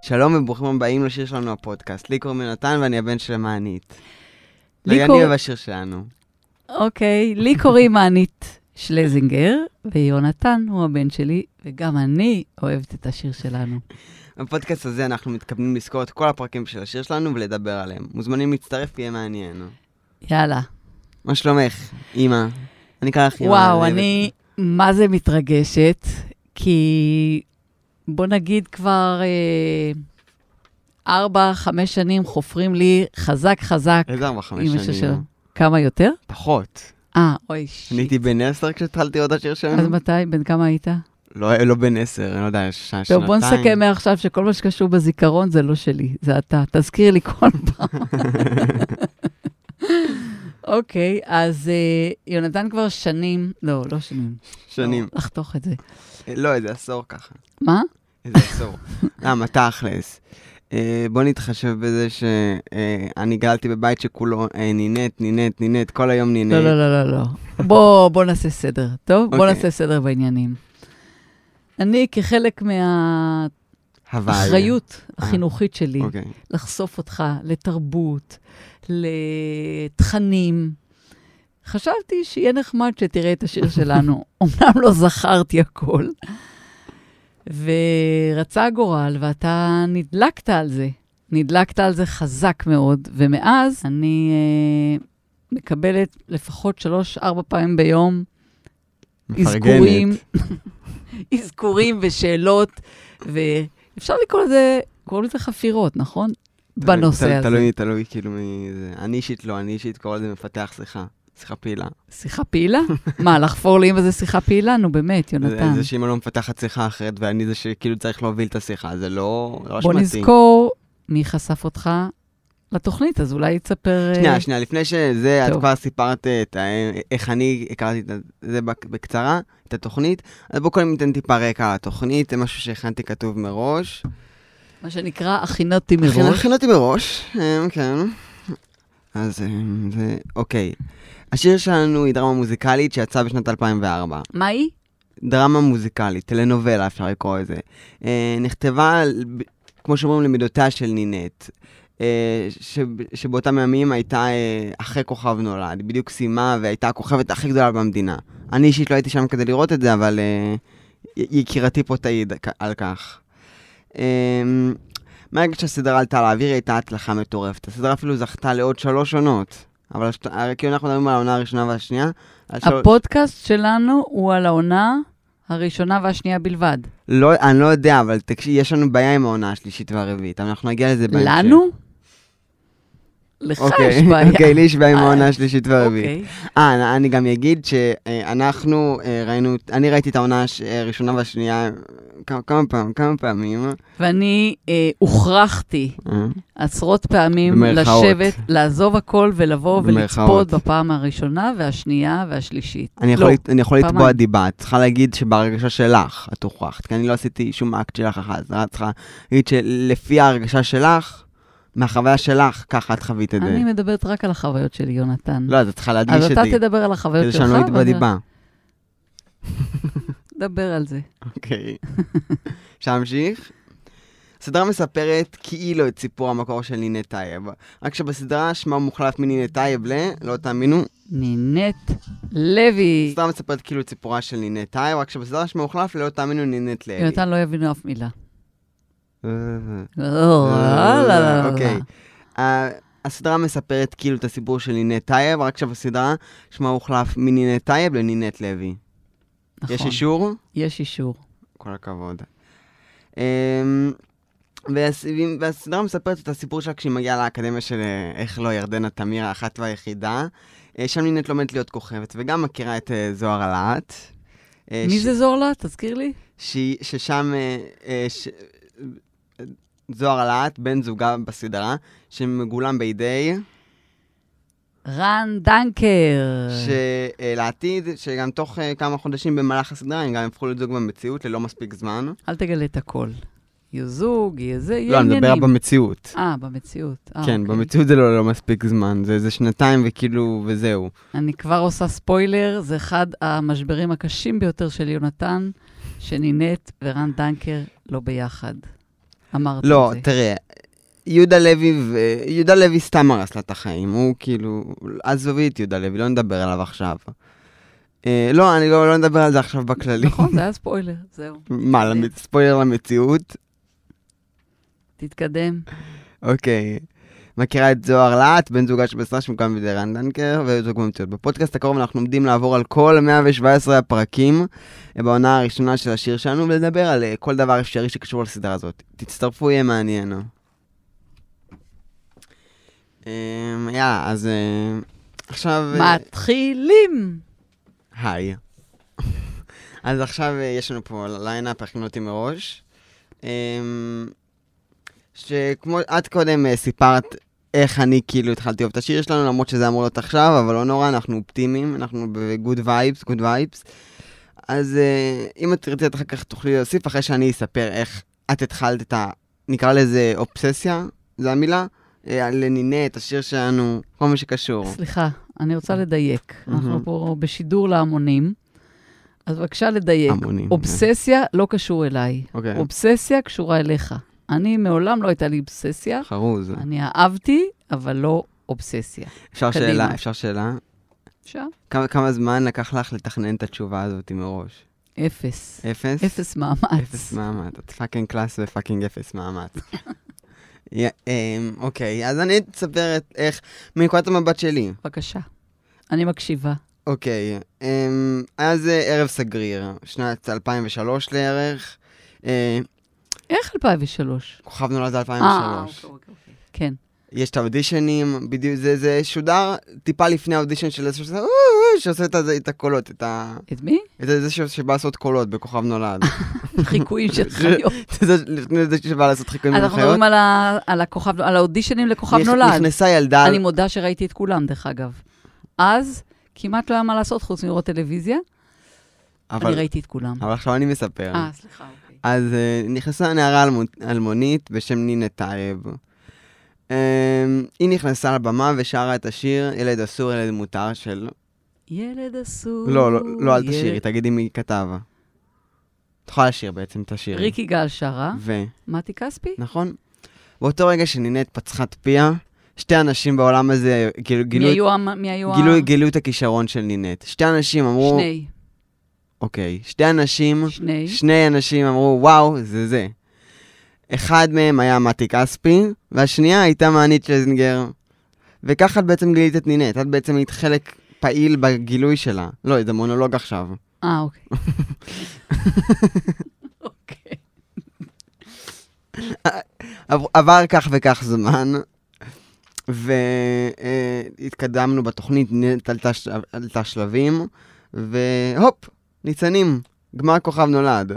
שלום וברוכים הבאים לשיר שלנו הפודקאסט. לי קוראים יונתן ואני הבן של מענית. לי ואני אוהב השיר שלנו. אוקיי, לי קוראים מענית שלזינגר, ויונתן הוא הבן שלי, וגם אני אוהבת את השיר שלנו. בפודקאסט הזה אנחנו מתכוונים לזכור את כל הפרקים של השיר שלנו ולדבר עליהם. מוזמנים להצטרף, יהיה מעניין. יאללה. מה שלומך, אמא? אני אקרא לך אמא. וואו, אני מה זה מתרגשת, כי בוא נגיד כבר 4-5 שנים חופרים לי חזק. איזה 4-5 שנים? כמה יותר? פחות. אוי שיט. אני הייתי בן 10 כשהתחלתי עוד השיר שלנו. אז מתי? בן כמה היית? לא בן 10, אני לא יודע, שנתיים. טוב, בוא נסכם מעכשיו שכל מה שקשור בזיכרון זה לא שלי, זה אתה. תזכיר לי כל פעם. אוקיי, אז יונתן כבר שנים, לא שנים. שנים. לא, לחתוך את זה. לא, איזה עשור ככה. מה? איזה עשור. למה, תכלס. בוא נתחשב בזה שאני גדלתי בבית שכולו נינט, כל היום נינט. לא. בוא נעשה סדר, טוב? בוא נעשה סדר בעניינים. אני כחלק מהאחריות החינוכית שלי, לחשוף אותך לתרבות, לתכנים, חשבתי שיהיה נחמד שתראה את השיר שלנו. אמנם לא זכרתי הכל. ורצה הגורל, ואתה נדלקת על זה חזק מאוד, ומאז אני מקבלת לפחות 3-4 פעמים ביום אזכורים ושאלות, ואפשר לקרוא לזה חפירות, נכון? בנושא הזה. תלוי, כאילו, אני אישית קורא לזה מפתח שיחה פעילה. שיחה פעילה? מה, לחפור לי אם זה שיחה פעילה? נו, באמת, יונתן. זה שאם אני לא מפתחת שיחה אחרת, ואני זה שכאילו צריך להוביל את השיחה, זה לא שמעתי. בוא נזכור מי חשף אותך לתוכנית, אז אולי תספר... שנייה, לפני שזה, את כבר סיפרת איך אני הכרתי את זה בקצרה, את התוכנית, אז בואו קודם ניתן טיפה רקע על התוכנית, זה משהו שהכנתי כתוב מראש. מה שנקרא, הכינותי מראש. הכינותי מראש, כן. אז זה, אוקיי. השיר שלנו היא דרמה מוזיקלית שיצאה בשנת 2004. מה היא? דרמה מוזיקלית, טלנובלה אפשר לקרוא את זה. נכתבה, כמו שאומרים, למידותיה של נינט, שבאותם ימים הייתה אחרי כוכב נולד, בדיוק סיימה והייתה הכוכבת הכי גדולה במדינה. אני אישית לא הייתי שם כדי לראות את זה, אבל יקירתי פה תעיד על כך. מהרגע שהסדרה עלתה לאוויר הייתה הצלחה מטורפת. הסדרה אפילו זכתה לעוד 3 עונות. אבל כאילו אנחנו מדברים על העונה הראשונה והשנייה. הפודקאסט שלנו הוא על העונה הראשונה והשנייה בלבד. לא, אני לא יודע, אבל יש לנו בעיה עם העונה השלישית והרביעית. אבל אנחנו נגיע לזה בהמשך. לנו? לך יש בעיה. אוקיי, לי יש בעיה עם העונה השלישית והרביעית. אני גם אגיד שאנחנו ראינו, אני ראיתי את העונה הראשונה והשנייה כמה פעמים. ואני הוכרחתי עשרות פעמים לשבת, לעזוב הכל ולבוא ולצפות בפעם הראשונה והשנייה והשלישית. אני יכול לתבוע דיבה, את צריכה להגיד שבהרגשה שלך את הוכרחת, כי אני לא עשיתי שום אקט שלך אחת, את צריכה להגיד שלפי ההרגשה שלך, מהחוויה שלך, ככה את חווית את זה. אני מדברת רק על החוויות שלי, יונתן. לא, אז את צריכה להדגיש אותי. אז אתה תדבר על החוויות שלך. כדי שאני לא אתבע דיבה. דבר על זה. אוקיי. שהמשיך. הסדרה מספרת כאילו את סיפור המקור של נינט טייב. רק שבסדרה שמה מוחלף מנינט טייב לא תאמינו. נינט לוי. הסדרה מספרת כאילו את סיפורה של נינט טייב, רק שבסדרה שמה מוחלף לא תאמינו נינט לוי. יונתן לא יבינו אף מילה. אוקיי. הסדרה מספרת כאילו את הסיפור של נינט טייב, רק שבסדרה שמה הוחלף מנינט טייב לנינט לוי. נכון. יש אישור? יש אישור. כל הכבוד. והסדרה מספרת את הסיפור שלה כשהיא מגיעה לאקדמיה של איך לא ירדנה תמיר, האחת והיחידה. שם נינט לומדת להיות כוכבת, וגם מכירה את זוהר הלהט. מי זה זוהר הלהט? תזכיר לי. ששם זוהר הלהט, בן זוגה בסדרה, שמגולם בידי... רן דנקר. שלעתיד, שגם תוך כמה חודשים במהלך הסדרה, הם גם הפכו לזוג במציאות ללא מספיק זמן. אל תגלה את הכל. יהיו זוג, יהיה זה, יהיה לא, עניינים. אני מדבר במציאות. במציאות. כן, במציאות זה לא מספיק זמן, זה שנתיים וכאילו, וזהו. אני כבר עושה ספוילר, זה אחד המשברים הקשים ביותר של יונתן, שנינט ורן דנקר לא ביחד. אמרת את לא, זה. תראה, יהודה לוי סתם הרס לה את החיים, הוא כאילו, עזובי את יהודה לוי, לא נדבר עליו עכשיו. לא, אני לא נדבר על זה עכשיו בכללי. נכון, זה היה ספוילר, זהו. מה, ספוילר למציאות? תתקדם. אוקיי. מכירה את זוהר להט, בן זוגה של בסרה שמוקם בידי רן דנקר, וזוג במציאות. בפודקאסט הקרוב אנחנו עומדים לעבור על כל 117 הפרקים בעונה הראשונה של השיר שלנו, ולדבר על כל דבר אפשרי שקשור לסדרה הזאת. תצטרפו, יהיה מעניין. יאללה, אז עכשיו... מתחילים! היי. אז עכשיו יש לנו פה ליינאפ, הכינו אותי מראש. שכמו את קודם סיפרת איך אני כאילו התחלתי אוהב את השיר שלנו, למרות שזה אמור להיות עכשיו, אבל לא נורא, אנחנו אופטימיים, אנחנו ב-good vibes. אז אם את תרצי אחר כך תוכלי להוסיף, אחרי שאני אספר איך את התחלת את נקרא לזה אובססיה, זו המילה, לנינט, השיר שלנו, כל מה שקשור. סליחה, אני רוצה לדייק. אנחנו פה בשידור להמונים, אז בבקשה לדייק. אובססיה לא קשור אליי. אובססיה קשורה אליך. אני מעולם לא הייתה לי אובססיה. חרוז. אני אהבתי, אבל לא אובססיה. אפשר שאלה? אפשר. כמה זמן לקח לך לתכנן את התשובה הזאת מראש? 0. 0? 0 מאמץ. 0 מאמץ. את פאקינג קלאס ופאקינג 0 מאמץ. אוקיי, אז אני אספר איך, מנקודת המבט שלי. בבקשה. אני מקשיבה. אוקיי, היה זה ערב סגריר, שנת 2003 לערך. איך 2003? כוכב נולד 2003. אוקיי. כן. יש את האודישנים, בדיוק, זה שודר טיפה לפני האודישן של איזשהו שעושה את הקולות, את מי? את זה שבא לעשות קולות בכוכב נולד. חיקויים של חיות. לפני זה שבא לעשות חיקויים של חיות. אנחנו מדברים על האודישנים לכוכב נולד. נכנסה ילדה... אני מודה שראיתי את כולם, דרך אגב. אז כמעט לא היה מה לעשות חוץ מראות טלוויזיה. אני ראיתי את כולם. אבל עכשיו אני מספר. סליחה, אוקיי. אז נכנסה נערה אלמונית בשם נינה טייב. היא נכנסה לבמה ושרה את השיר ילד אסור, ילד מותר של... ילד אסור... לא, אל תשירי, תגידי מי כתב. את יכולה לשיר בעצם את השיר. ריק יגאל שרה. מתי כספי? נכון. באותו רגע שנינט פצחת פיה, שתי אנשים בעולם הזה גילו את הכישרון של נינט. שתי אנשים אמרו... אוקיי, שני אנשים אמרו, וואו, זה. אחד מהם היה מתי כספי, והשנייה הייתה מענית שלזינגר. וככה את בעצם גילית את נינט, את בעצם היית חלק פעיל בגילוי שלה. לא, זה מונולוג עכשיו. אוקיי. אוקיי. עבר כך וכך זמן, והתקדמנו בתוכנית, נינט עלתה שלבים, והופ, ניצנים, גמר כוכב נולד,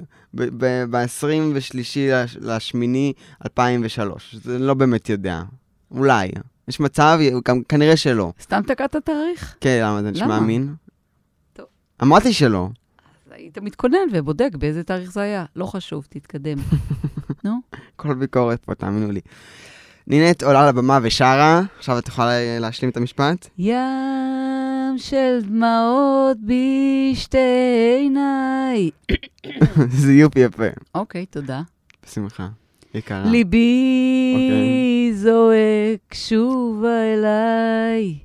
ב-23/8/2003. זה לא באמת יודע. אולי. יש מצב, כנראה שלא. סתם תקעת תאריך? כן, למה? זה נשמע אמין? טוב. אמרתי שלא. אז היית מתכונן ובודק באיזה תאריך זה היה. לא חשוב, תתקדם. נו? כל ביקורת פה, תאמינו לי. נינט עולה לבמה ושרה, עכשיו את יכולה להשלים את המשפט? ים של דמעות בשתי עיניי. זה יופי יפה. אוקיי, תודה. בשמחה, יקרה. ליבי זועק שובה אליי,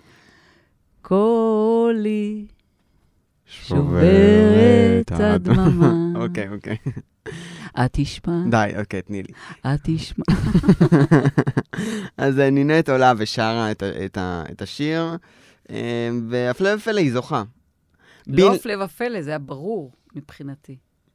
קולי שוברת הדממה. אוקיי. את תשמע. די, אוקיי, תני לי. את תשמע. אז נינט עולה ושרה את השיר, והפלא ופלא היא זוכה. לא הפלא ופלא, זה היה ברור מבחינתי.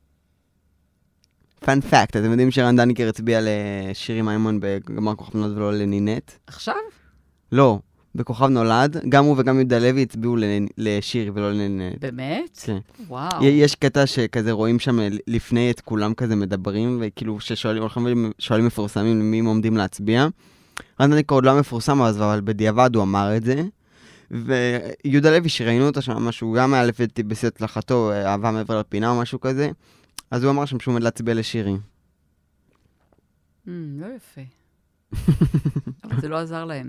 פאנ פאקט, אתם יודעים שרן דניקר הצביע לשירי מימון בגמר כוכב נולד ולא לנינט? עכשיו? לא, בכוכב נולד, גם הוא וגם יהודה לוי הצביעו לשירי ולא לנינט. באמת? כן. וואו. יש קטע שכזה רואים שם לפני את כולם כזה מדברים, וכאילו ששואלים מפורסמים למי הם עומדים להצביע. רן דניקר עוד לא מפורסם, אבל בדיעבד הוא אמר את זה. ויהודה לוי שראינו אותו שם משהו, גם היה לפי בשיא הצלחתו, אהבה מעבר לפינה או משהו כזה, אז הוא אמר שם שהוא עומד להצביע לשירי. לא יפה. אבל זה לא עזר להם.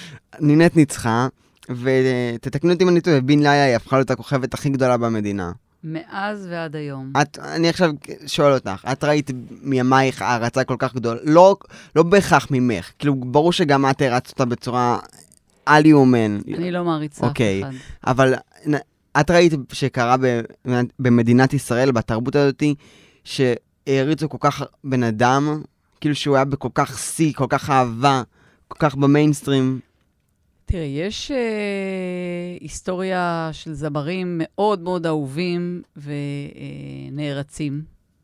נינט ניצחה, ותתקנו אותי אם אני טועה, בן לילה היא הפכה להיות הכוכבת הכי גדולה במדינה. מאז ועד היום. אני עכשיו שואל אותך, את ראית מימייך הערצה כל כך גדול, לא בהכרח ממך, כאילו ברור שגם את הרצת אותה בצורה על יומן. אני לא מעריצה אף אחד. אבל את ראית שקרה במדינת ישראל, בתרבות הזאת, שהריצו כל כך בן אדם, כאילו שהוא היה בכל כך שיא, כל כך אהבה, כל כך במיינסטרים. תראה, יש היסטוריה של זמרים מאוד מאוד אהובים ונערצים.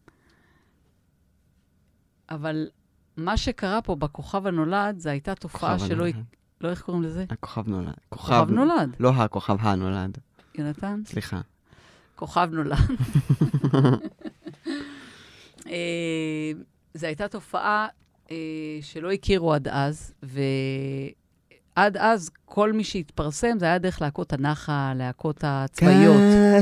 אבל מה שקרה פה בכוכב הנולד, זה הייתה תופעה שלא... לא איך קוראים לזה? הכוכב נולד. כוכב נולד. לא הכוכב הנולד. יונתן? סליחה. כוכב נולד. זו הייתה תופעה שלא הכירו עד אז, ועד אז כל מי שהתפרסם, זה היה דרך להקות הנחל, להקות הצבאיות.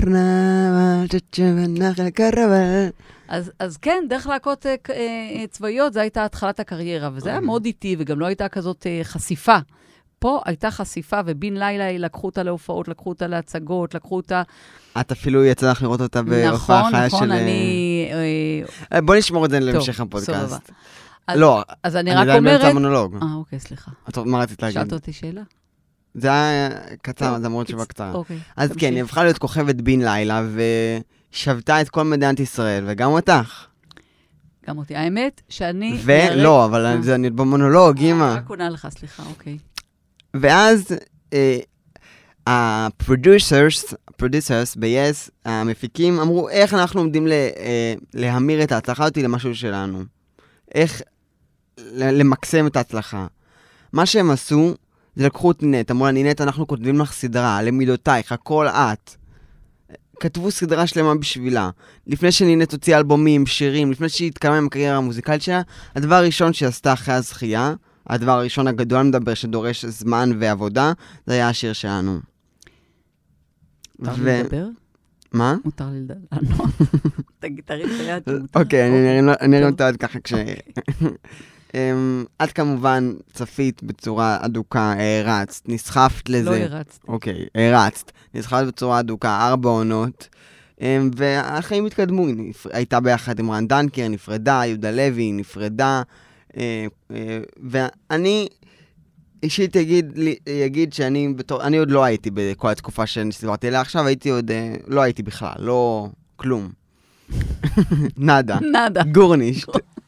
אז כן, דרך להקות צבאיות, זו הייתה התחלת הקריירה, וזה היה מאוד איטי, וגם לא הייתה כזאת חשיפה. פה הייתה חשיפה, ובין לילה לקחו אותה להופעות, לקחו אותה להצגות, לקחו אותה... את אפילו יצא לך לראות אותה בהופעה חיה של... נכון, אני... בוא נשמור את זה להמשך הפודקאסט. לא, אז אני רק אומרת... אני באמצע המונולוג. אוקיי, סליחה. מה רצית להגיד? שאלת אותי שאלה? זה היה קצר, זה אמרות תשובה קצרה. אז כן, היא הפכה להיות כוכבת בין לילה, ושבתה את כל מדינת ישראל, וגם אותך. גם אותי. האמת שאני... ולא, אבל אני במונולוג, אמא. רק עונה לך, סליחה, אוקיי. ואז הפרודוסרס ב-Yes, המפיקים, אמרו, איך אנחנו עומדים להמיר את ההצלחה אותי למשהו שלנו? איך למקסם את ההצלחה? מה שהם עשו, זה לקחו את נינת, אמרו לה, נינת, אנחנו כותבים לך סדרה, למידותייך, הכל את. כתבו סדרה שלמה בשבילה. לפני שנינת הוציאה אלבומים, שירים, לפני שהיא התקדמה עם הקריירה המוזיקלית שלה, הדבר הראשון שהיא עשתה אחרי הזכייה, הדבר הראשון הגדול מדבר שדורש זמן ועבודה, זה היה השיר שלנו. מותר לי לדבר? מה? מותר לי לדבר. תרים את היד. אוקיי, אני ארים את היד ככה כש... את כמובן צפית בצורה אדוקה, הרצת, נסחפת לזה. לא הרצת. אוקיי, הרצת. נסחפת בצורה אדוקה, 4 עונות, והחיים התקדמו. הייתה ביחד עם רן דנקר, נפרדה, יהודה לוי, נפרדה, ואני אישית אגיד שאני עוד לא הייתי בכל התקופה שסיפרתי אליה עכשיו, לא הייתי בכלל, לא כלום. נדה. גורנישט.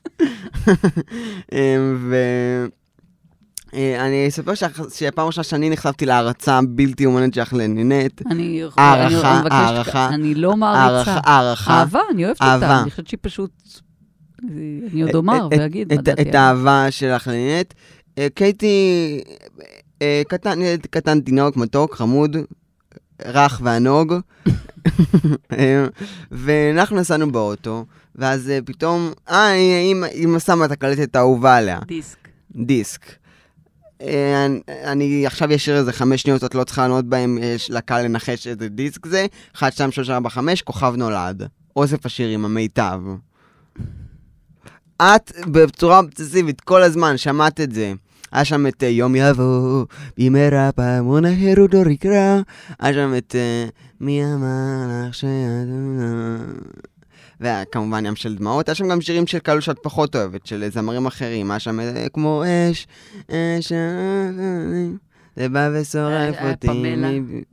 ואני אספר שפעם ראשונה שאני נחשפתי להערצה בלתי אומנת שלך לנינת. הערכה. אני לא מעריצה. אהבה, אני אוהבת אותה. אני חושבת שהיא פשוט... אני עוד אומר ואגיד. את האהבה שלך לנינת. קייטי, קטן תינוק, מתוק, חמוד, רך וענוג. ואנחנו נסענו באוטו, ואז פתאום, אמא שמה את הקלטת האהובה עליה. דיסק. אני עכשיו ישיר איזה 5 שניות, את לא צריכה לענות בהם, יש לקהל לנחש איזה דיסק זה, 1, 2, 3, 4, 5, כוכב נולד. אוסף השירים, המיטב. את בצורה אובססיבית, כל הזמן שמעת את זה. היה שם את יום יבוא, במהרה פעמון ההרות אור יקרא. היה שם את מי אמר לך וכמובן ים של דמעות. היה שם גם שירים של כאלו שאת פחות אוהבת, של זמרים אחרים. היה שם כמו אש, אש, זה בא ושורף אותי. פמלה.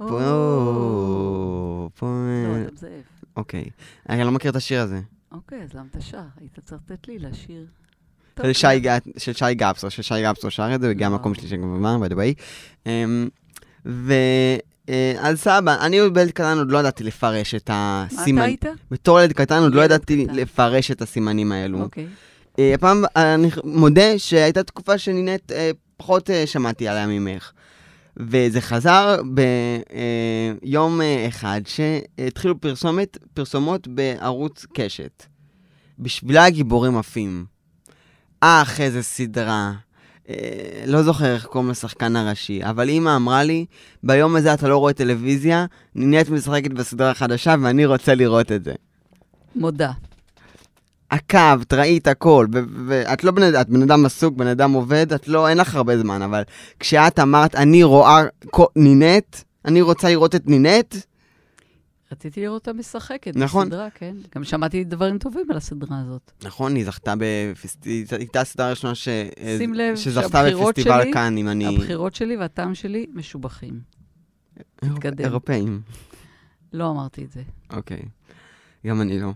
פמלה. אוקיי. אני לא מכיר את השיר הזה. אוקיי, אז למה אתה שר? היית צריך לתת לי לשיר. של שי גפסו שר את זה, וגם מקום שלי שגמר, בדווי. אז סבא, אני בילד קטן עוד לא ידעתי לפרש את הסימנים. מה אתה היית? בתור ילד קטן עוד לא ידעתי לפרש את הסימנים האלו. אוקיי. הפעם אני מודה שהייתה תקופה שנינת פחות שמעתי עליה ממך. וזה חזר ביום אחד שהתחילו פרסומות בערוץ קשת. בשבילה גיבורים עפים. איזה סדרה. לא זוכר איך קוראים לשחקן הראשי, אבל אמא אמרה לי, ביום הזה אתה לא רואה טלוויזיה, נינת משחקת בסדרה החדשה ואני רוצה לראות את זה. מודה. עקבת, ראית הכל, ואת לא את בן אדם עסוק, בן אדם עובד, אין לך הרבה זמן, אבל כשאת אמרת, אני רואה נינת, אני רוצה לראות את נינת, רציתי לראות אותה משחקת נכון. בסדרה, כן. גם שמעתי דברים טובים על הסדרה הזאת. נכון, היא זחתה הייתה הסדרה הראשונה שים לב שזכתה בפסטיבל כאן, אם אני... הבחירות שלי והטעם שלי משובחים. תתקדם. אירופאים. לא אמרתי את זה. אוקיי. גם אני לא.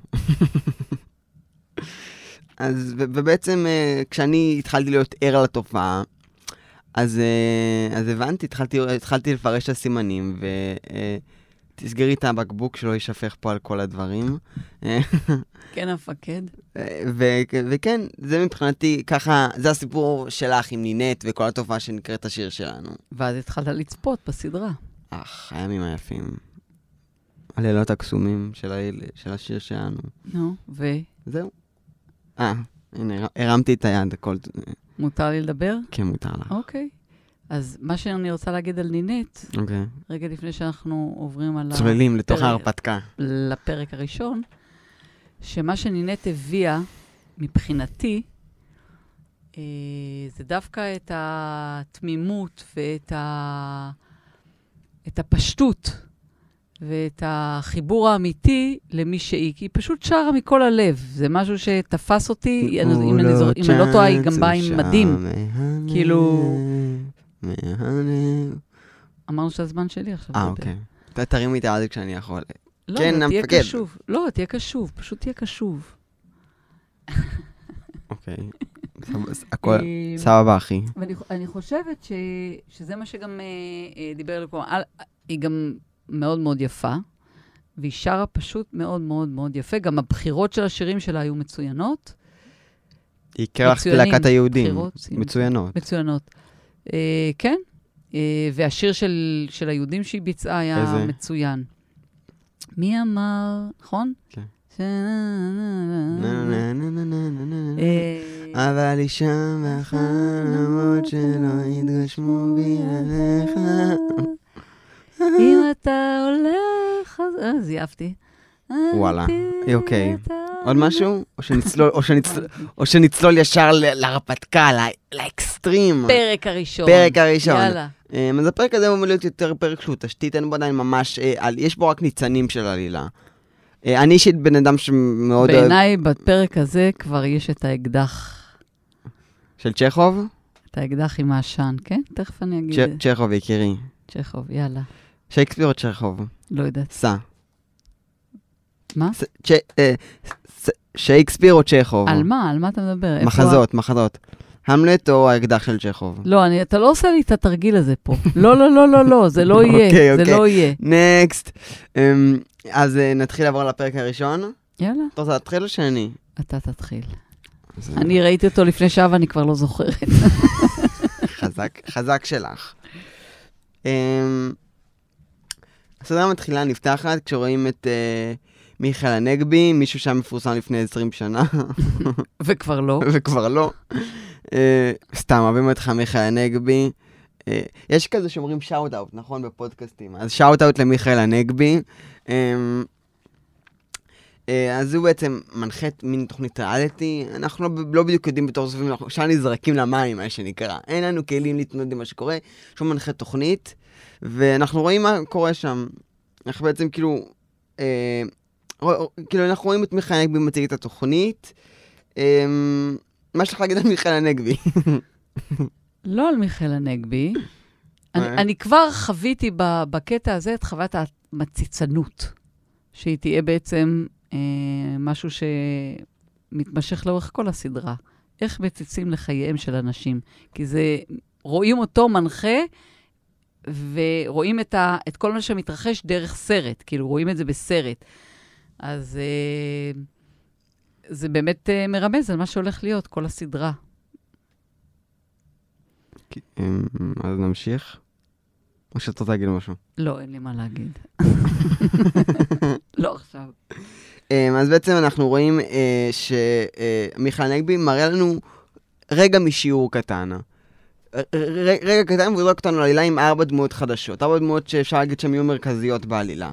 אז, ובעצם, כשאני התחלתי להיות ער על התופעה, אז הבנתי, התחלתי לפרש את הסימנים, תסגרי את הבקבוק שלא יישפך פה על כל הדברים. כן, המפקד. וכן, זה מבחינתי, ככה, זה הסיפור שלך עם נינט וכל התופעה שנקראת השיר שלנו. ואז התחלת לצפות בסדרה. הימים היפים. הלילות הקסומים של השיר שלנו. נו, זהו. הנה, הרמתי את היד, הכל... מותר לי לדבר? כן, מותר לך. אוקיי. אז מה שאני רוצה להגיד על נינט, רגע לפני שאנחנו עוברים על... צוללים לתוך ההרפתקה. לפרק הראשון, שמה שנינט הביאה מבחינתי, זה דווקא את התמימות ואת הפשטות ואת החיבור האמיתי למי שהיא, כי היא פשוט שרה מכל הלב. זה משהו שתפס אותי, אם אני לא טועה, היא גם באה עם מדים. כאילו... אמרנו שהזמן שלי עכשיו. אוקיי. תרים לי את העד כשאני יכול. לא, תהיה קשוב. לא, תהיה קשוב. פשוט תהיה קשוב. אוקיי. הכל סבבה, אחי. ואני חושבת שזה מה שגם דיבר לפה. היא גם מאוד מאוד יפה, והיא שרה פשוט מאוד מאוד מאוד יפה. גם הבחירות של השירים שלה היו מצוינות. היא קרח להקת היהודים. מצוינות. מצוינות. כן, והשיר של היהודים שהיא ביצעה היה מצוין. מי אמר, נכון? כן. אבל היא שם והחלומות שלא יתגשמו בלעדיך. אם אתה הולך, אז יפתי. וואלה, אוקיי. עוד משהו? או שנצלול ישר להרפתקה, לאקסטרים. פרק הראשון. פרק הראשון. יאללה. אז הפרק הזה הוא להיות יותר פרק שהוא תשתית, אין בו עדיין ממש, יש בו רק ניצנים של עלילה. אני אישית בן אדם שמאוד... בעיניי בפרק הזה כבר יש את האקדח. של צ'כוב? את האקדח עם העשן, כן? תכף אני אגיד. צ'כוב, יקירי. צ'כוב, יאללה. שייקספיר או צ'כוב? לא יודעת. סע. מה? שייקספיר או צ'כוב? על מה? על מה אתה מדבר? מחזות. המלט או האקדח של צ'כוב? לא, אתה לא עושה לי את התרגיל הזה פה. לא, זה לא יהיה. זה לא יהיה. נקסט. אז נתחיל לעבור לפרק הראשון. יאללה. אתה רוצה להתחיל או שאני? אתה תתחיל. אני ראיתי אותו לפני שעה ואני כבר לא זוכרת. חזק שלך. הסדרה מתחילה נפתחת כשרואים את מיכאל הנגבי, מישהו שהיה מפורסם לפני 20 שנה. וכבר לא. סתם, אוהבים אותך מיכאל הנגבי. יש כזה שאומרים שאוט-אוט, נכון? בפודקאסטים. אז שאוט-אוט למיכאל הנגבי. אז הוא בעצם מנחה מין תוכנית ריאליטי. אנחנו לא בדיוק יודעים בתור סופים, אנחנו שם נזרקים למים, מה שנקרא. אין לנו כלים להתמודד עם מה שקורה. שהוא מנחה תוכנית, ואנחנו רואים מה קורה שם. אנחנו בעצם כאילו אנחנו רואים את מיכאל הנגבי מציג את התוכנית. מה יש לך להגיד על מיכאל הנגבי? לא על מיכאל הנגבי. אני כבר חוויתי בקטע הזה את חוות המציצנות, שהיא תהיה בעצם משהו שמתמשך לאורך כל הסדרה. איך מציצים לחייהם של אנשים. כי זה, רואים אותו מנחה, ורואים את כל מה שמתרחש דרך סרט. כאילו, רואים את זה בסרט. אז זה באמת מרמז על מה שהולך להיות, כל הסדרה. אז נמשיך? או שאתה רוצה להגיד משהו? לא, אין לי מה להגיד. לא עכשיו. אז בעצם אנחנו רואים שמיכאל הנגבי מראה לנו רגע משיעור קטן. רגע קטן והוא זורק אותנו לעלילה עם 4 דמויות חדשות. 4 דמויות שאפשר להגיד שהן יהיו מרכזיות בעלילה.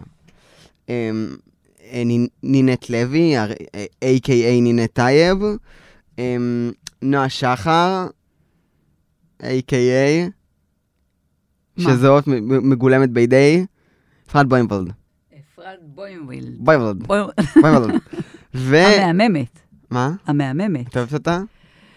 נינט לוי, a.k.a. נינט טייב, נועה שחר, a.k.a. שזאת מגולמת בידי אפרת בוימפלד. אפרת בוימוולד. בוימוולד. המהממת. מה? המהממת. אתה אוהבת אותה?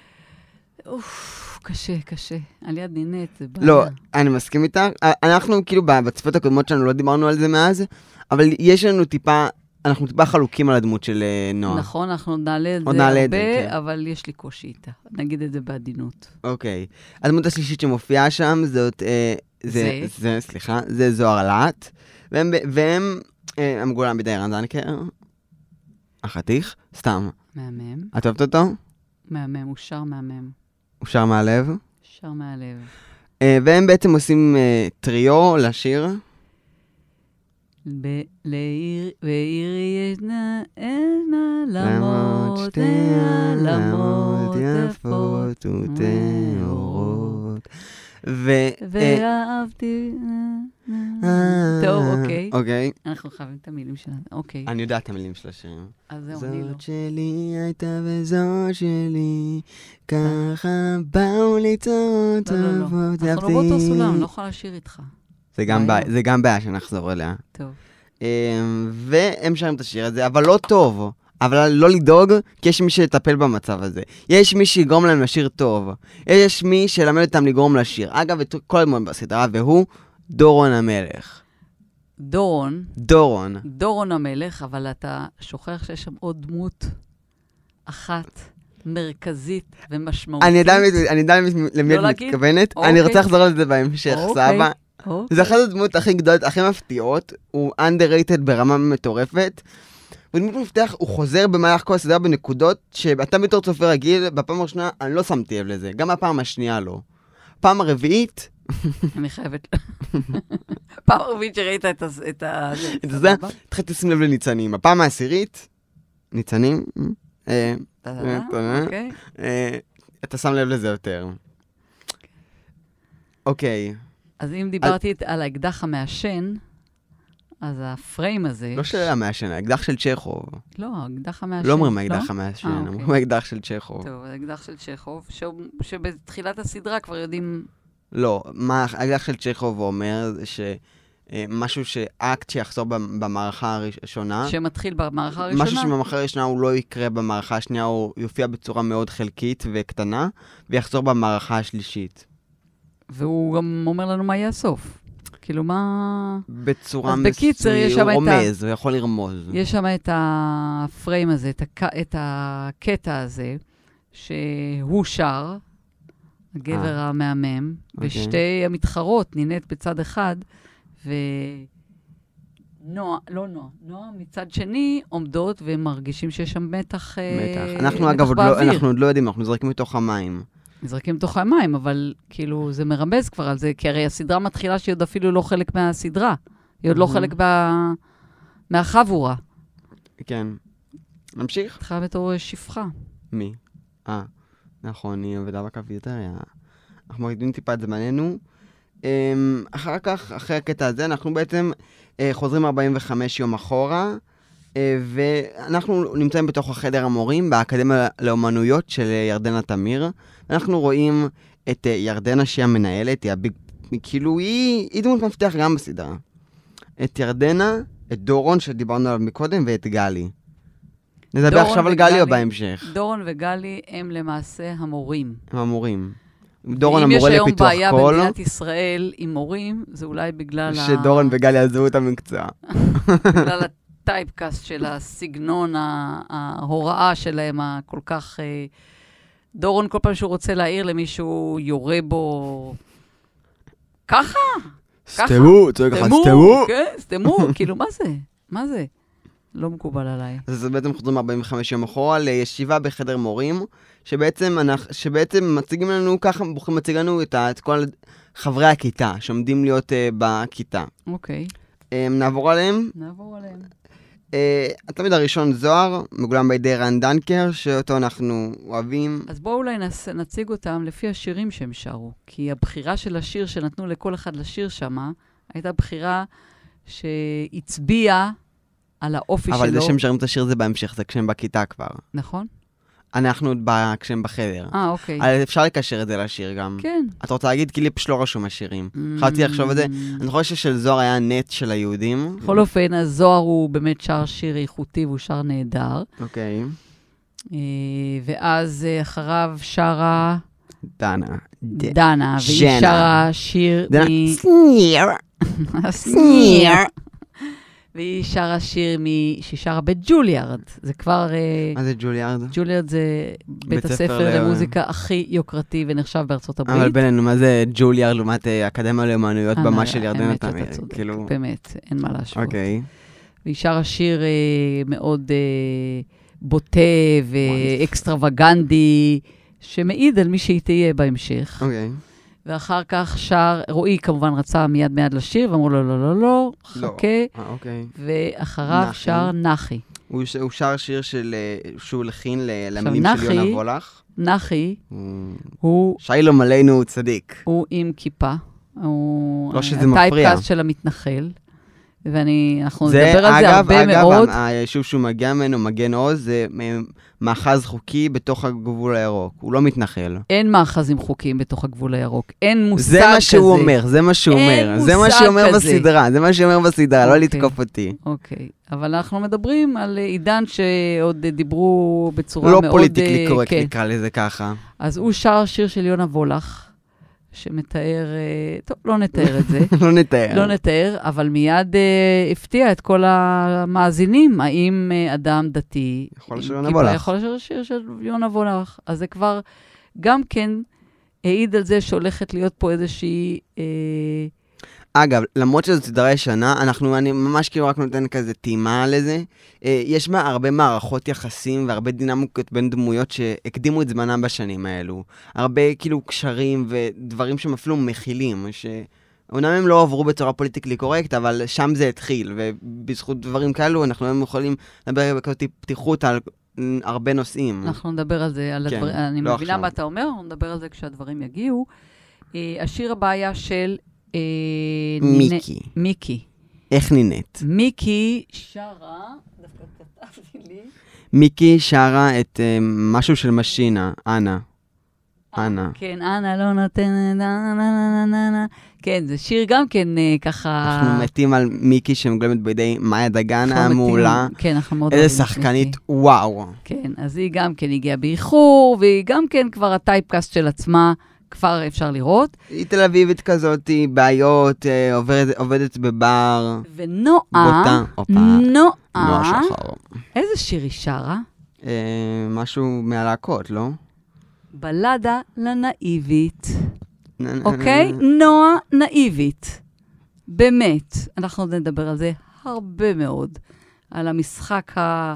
קשה. על יד נינט, זה בעיה. לא, אני מסכים איתה. אנחנו כאילו בצפות הקודמות שלנו לא דיברנו על זה מאז, אבל יש לנו אנחנו טיפה חלוקים על הדמות של נועה. נכון, אנחנו נעלה את זה הרבה, אבל יש לי קושי איתה. נגיד את זה בעדינות. אוקיי. הדמות השלישית שמופיעה שם, זה זוהר להט, והם המגולם בידי ערן דנקר. החתיך, סתם. מהמם. את אוהבת אותו? מהמם, הוא שר מהמם. הוא שר מהלב? שר מהלב. והם בעצם עושים טריו לשיר. בעירי ישנה למות יפות וטהורות ואהבתי. טוב, אוקיי. אנחנו חייבים את המילים שלנו, אוקיי. אני יודע את המילים של השירים. אז זהו, אני לא. זאת שלי הייתה וזאת שלי, ככה באו ליצור טובות. אנחנו לא באותו סולם, אני לא יכולה לשיר איתך. זה גם בעיה שנחזור אליה. טוב. והם שרים את השיר הזה, אבל לא טוב. אבל לא לדאוג, כי יש מי שיטפל במצב הזה. יש מי שיגרום להם לשיר טוב. יש מי שילמד אותם לגרום לשיר. אגב, כל הזמן בסדרה, והוא דורון המלך. דורון המלך, אבל אתה שוכח שיש שם עוד דמות אחת מרכזית ומשמעותית. אני יודע למי את מתכוונת. אני רוצה לחזור על זה בהמשך, סבא. זה אחת הדמות הכי גדולות, הכי מפתיעות. הוא underrated ברמה מטורפת. ודמות מפתח, הוא חוזר במהלך כל הסדרה בנקודות שאתה בתור צופה רגיל, בפעם הראשונה אני לא שמתי לב לזה. גם בפעם השנייה לא. פעם הרביעית... אני חייבת... פעם הרביעית שראית את זה, התחלתי לשים לב לניצנים. הפעם העשירית, ניצנים, אתה שם לב לזה יותר. אוקיי. אז אם דיברתי על האקדח המעשן, אז הפריים הזה... לא של המעשן, האקדח של צ'כוב. לא, האקדח המעשן. לא אומרים האקדח המעשן, אומרים האקדח של צ'כוב. טוב, האקדח של צ'כוב, שבתחילת הסדרה כבר יודעים... לא, מה האקדח של צ'כוב אומר זה שמשהו שאקט שיחזור במערכה הראשונה... שמתחיל במערכה הראשונה? משהו שבמערכה הראשונה הוא לא יקרה במערכה השנייה, הוא יופיע בצורה מאוד חלקית וקטנה, ויחזור במערכה השלישית. והוא גם אומר לנו מה יהיה הסוף. כאילו מה... בצורה מסוימת, הוא רומז, הוא יכול לרמוז. יש שם את הפריים הזה, את הקטע הזה, שהוא שר, הגבר המהמם, ושתי המתחרות, נינט בצד אחד, נועה מצד שני עומדות ומרגישים שיש שם מתח באוויר. אנחנו אגב עוד לא יודעים, אנחנו נזרקים מתוך המים. נזרקים מתוך המים, אבל כאילו זה מרמז כבר על זה, כי הרי הסדרה מתחילה שהיא עוד אפילו לא חלק מהסדרה. היא עוד לא חלק מהחבורה. כן. נמשיך? התחילה בתור שפחה. מי? נכון, היא עובדה בקפיטריה. אנחנו מרגידים טיפה את זמננו. אחר כך, אחרי הקטע הזה, אנחנו בעצם חוזרים 45 יום אחורה, ואנחנו נמצאים בתוך החדר המורים באקדמיה לאומנויות של ירדנה תמיר. אנחנו רואים את ירדנה שהיא המנהלת, כאילו היא דמות מפתח גם בסדרה. את ירדנה, את דורון שדיברנו עליו מקודם, ואת גלי. נדבר עכשיו על גלי או בהמשך? דורון וגלי הם למעשה המורים. הם המורים. דורון המורה לפיתוח קול. אם יש היום בעיה במדינת ישראל עם מורים, זה אולי בגלל שדורון וגלי עזבו את המקצוע. בגלל הטייפקאסט של הסגנון, ההוראה שלהם, הכל כך... דורון כל פעם שהוא רוצה להעיר למישהו, יורה בו... ככה? סתמו, צועק לך, סתמו. כן, סתמו, כאילו, מה זה? לא מקובל עליי. אז בעצם חוזרים 45 יום אחורה לישיבה בחדר מורים, שבעצם מציגים לנו, ככה מציג לנו את כל חברי הכיתה, שעומדים להיות בכיתה. אוקיי. נעבור עליהם? נעבור עליהם. התלמיד הראשון זוהר, מגולם בידי ערן דנקר, שאותו אנחנו אוהבים. אז בואו אולי נציג אותם לפי השירים שהם שרו, כי הבחירה של השיר שנתנו לכל אחד לשיר שמה, הייתה בחירה שהצביעה על האופי שלו. אבל זה שהם שרים את השיר זה בהמשך, זה כשהם בכיתה כבר. נכון. אנחנו כשהם בחדר. אוקיי. אבל אפשר לקשר את זה לשיר גם. כן. את רוצה להגיד, כי לי פשוט לא רשום השירים. חייבתי לחשוב את זה. אני חושב ששל זוהר היה נט של היהודים. בכל אופן, הזוהר הוא באמת שר שיר איכותי, והוא שר נהדר. אוקיי. ואז אחריו שרה... דנה, והיא שרה שיר סניר. והיא שרה שיר שהיא שרה בג'וליארד. זה כבר... מה זה ג'וליארד? ג'וליארד זה בית הספר למוזיקה הכי יוקרתי ונחשב בארצות הברית. אבל בינינו, מה זה ג'וליארד לעומת אקדמיה לאמנויות במה של ירדן תמיר? האמת, אתה צודק, באמת, אין מה להשוות. אוקיי. והיא שרה שיר מאוד בוטה ואקסטרווגנדי, שמעיד על מי שהיא תהיה בהמשך. אוקיי. ואחר כך שר, רועי כמובן רצה מיד לשיר, ואמרו לו, לא, חכה. ואחריו שר נחי. הוא שר שיר שהוא לכין למילים של יונה וולך. נחי הוא... שיילום עלינו צדיק. הוא עם כיפה. לא שזה מפריע. הטייפקאסט של המתנחל. ואנחנו נדבר על זה הרבה מאוד. אגב, היישוב שהוא מגיע ממנו, מגן עוז, זה מאחז חוקי בתוך הגבול הירוק. הוא לא מתנחל. אין מאחזים חוקיים בתוך הגבול הירוק. אין מושג כזה. זה מה שהוא אומר, זה מה שהוא אומר. זה מה שהוא אומר בסדרה, זה מה שהוא אומר בסדרה, לא לתקוף אותי. אוקיי, אבל אנחנו מדברים על עידן שעוד דיברו בצורה מאוד... לא פוליטיקלי קורקט, נקרא לזה ככה. אז הוא שר שיר של יונה וולך. שמתאר, טוב, לא נתאר את זה. לא נתאר, אבל מיד הפתיע את כל המאזינים, האם אדם דתי... יכול לשיר יונה וולך. יכול לשיר שיר של יונה וולך. אז זה כבר גם כן העיד על זה שהולכת להיות פה איזושהי... אגב, למרות שזו סדרה ישנה, אני ממש כאילו רק נותן כזה טעימה לזה. יש בה הרבה מערכות יחסים והרבה דינמיקות בין דמויות שהקדימו את זמנם בשנים האלו. הרבה כאילו קשרים ודברים שהם אפילו מכילים, שאומנם הם לא עברו בצורה פוליטיקלי קורקט, אבל שם זה התחיל, ובזכות דברים כאלו אנחנו יכולים לדבר בכזאת פתיחות על הרבה נושאים. אנחנו נדבר על זה, על הדברים, אני מבינה מה אתה אומר, אנחנו נדבר על זה כשהדברים יגיעו. השיר הבא היה של... מיקי. איך נינט? מיקי שרה, דווקא כתבתי לי. מיקי שרה את משהו של משינה, אנה. כן, אנה לא נותנת, כן, זה שיר גם כן ככה... אנחנו מתים על מיקי שמגולמת בידי מאיה דגן המעולה. כן, אנחנו מאוד... איזה שחקנית, וואו. כן, אז היא גם כן הגיעה באיחור, והיא גם כן כבר הטייפקאסט של עצמה. כבר אפשר לראות. היא תל אביבית כזאת, בעיות, עובדת בבר. ונועה, נועה שחר. איזה שיר היא שרה? משהו מהלהקות, לא? בלדה לנאיבית. אוקיי? נועה נאיבית. באמת. אנחנו נדבר על זה הרבה מאוד. על המשחק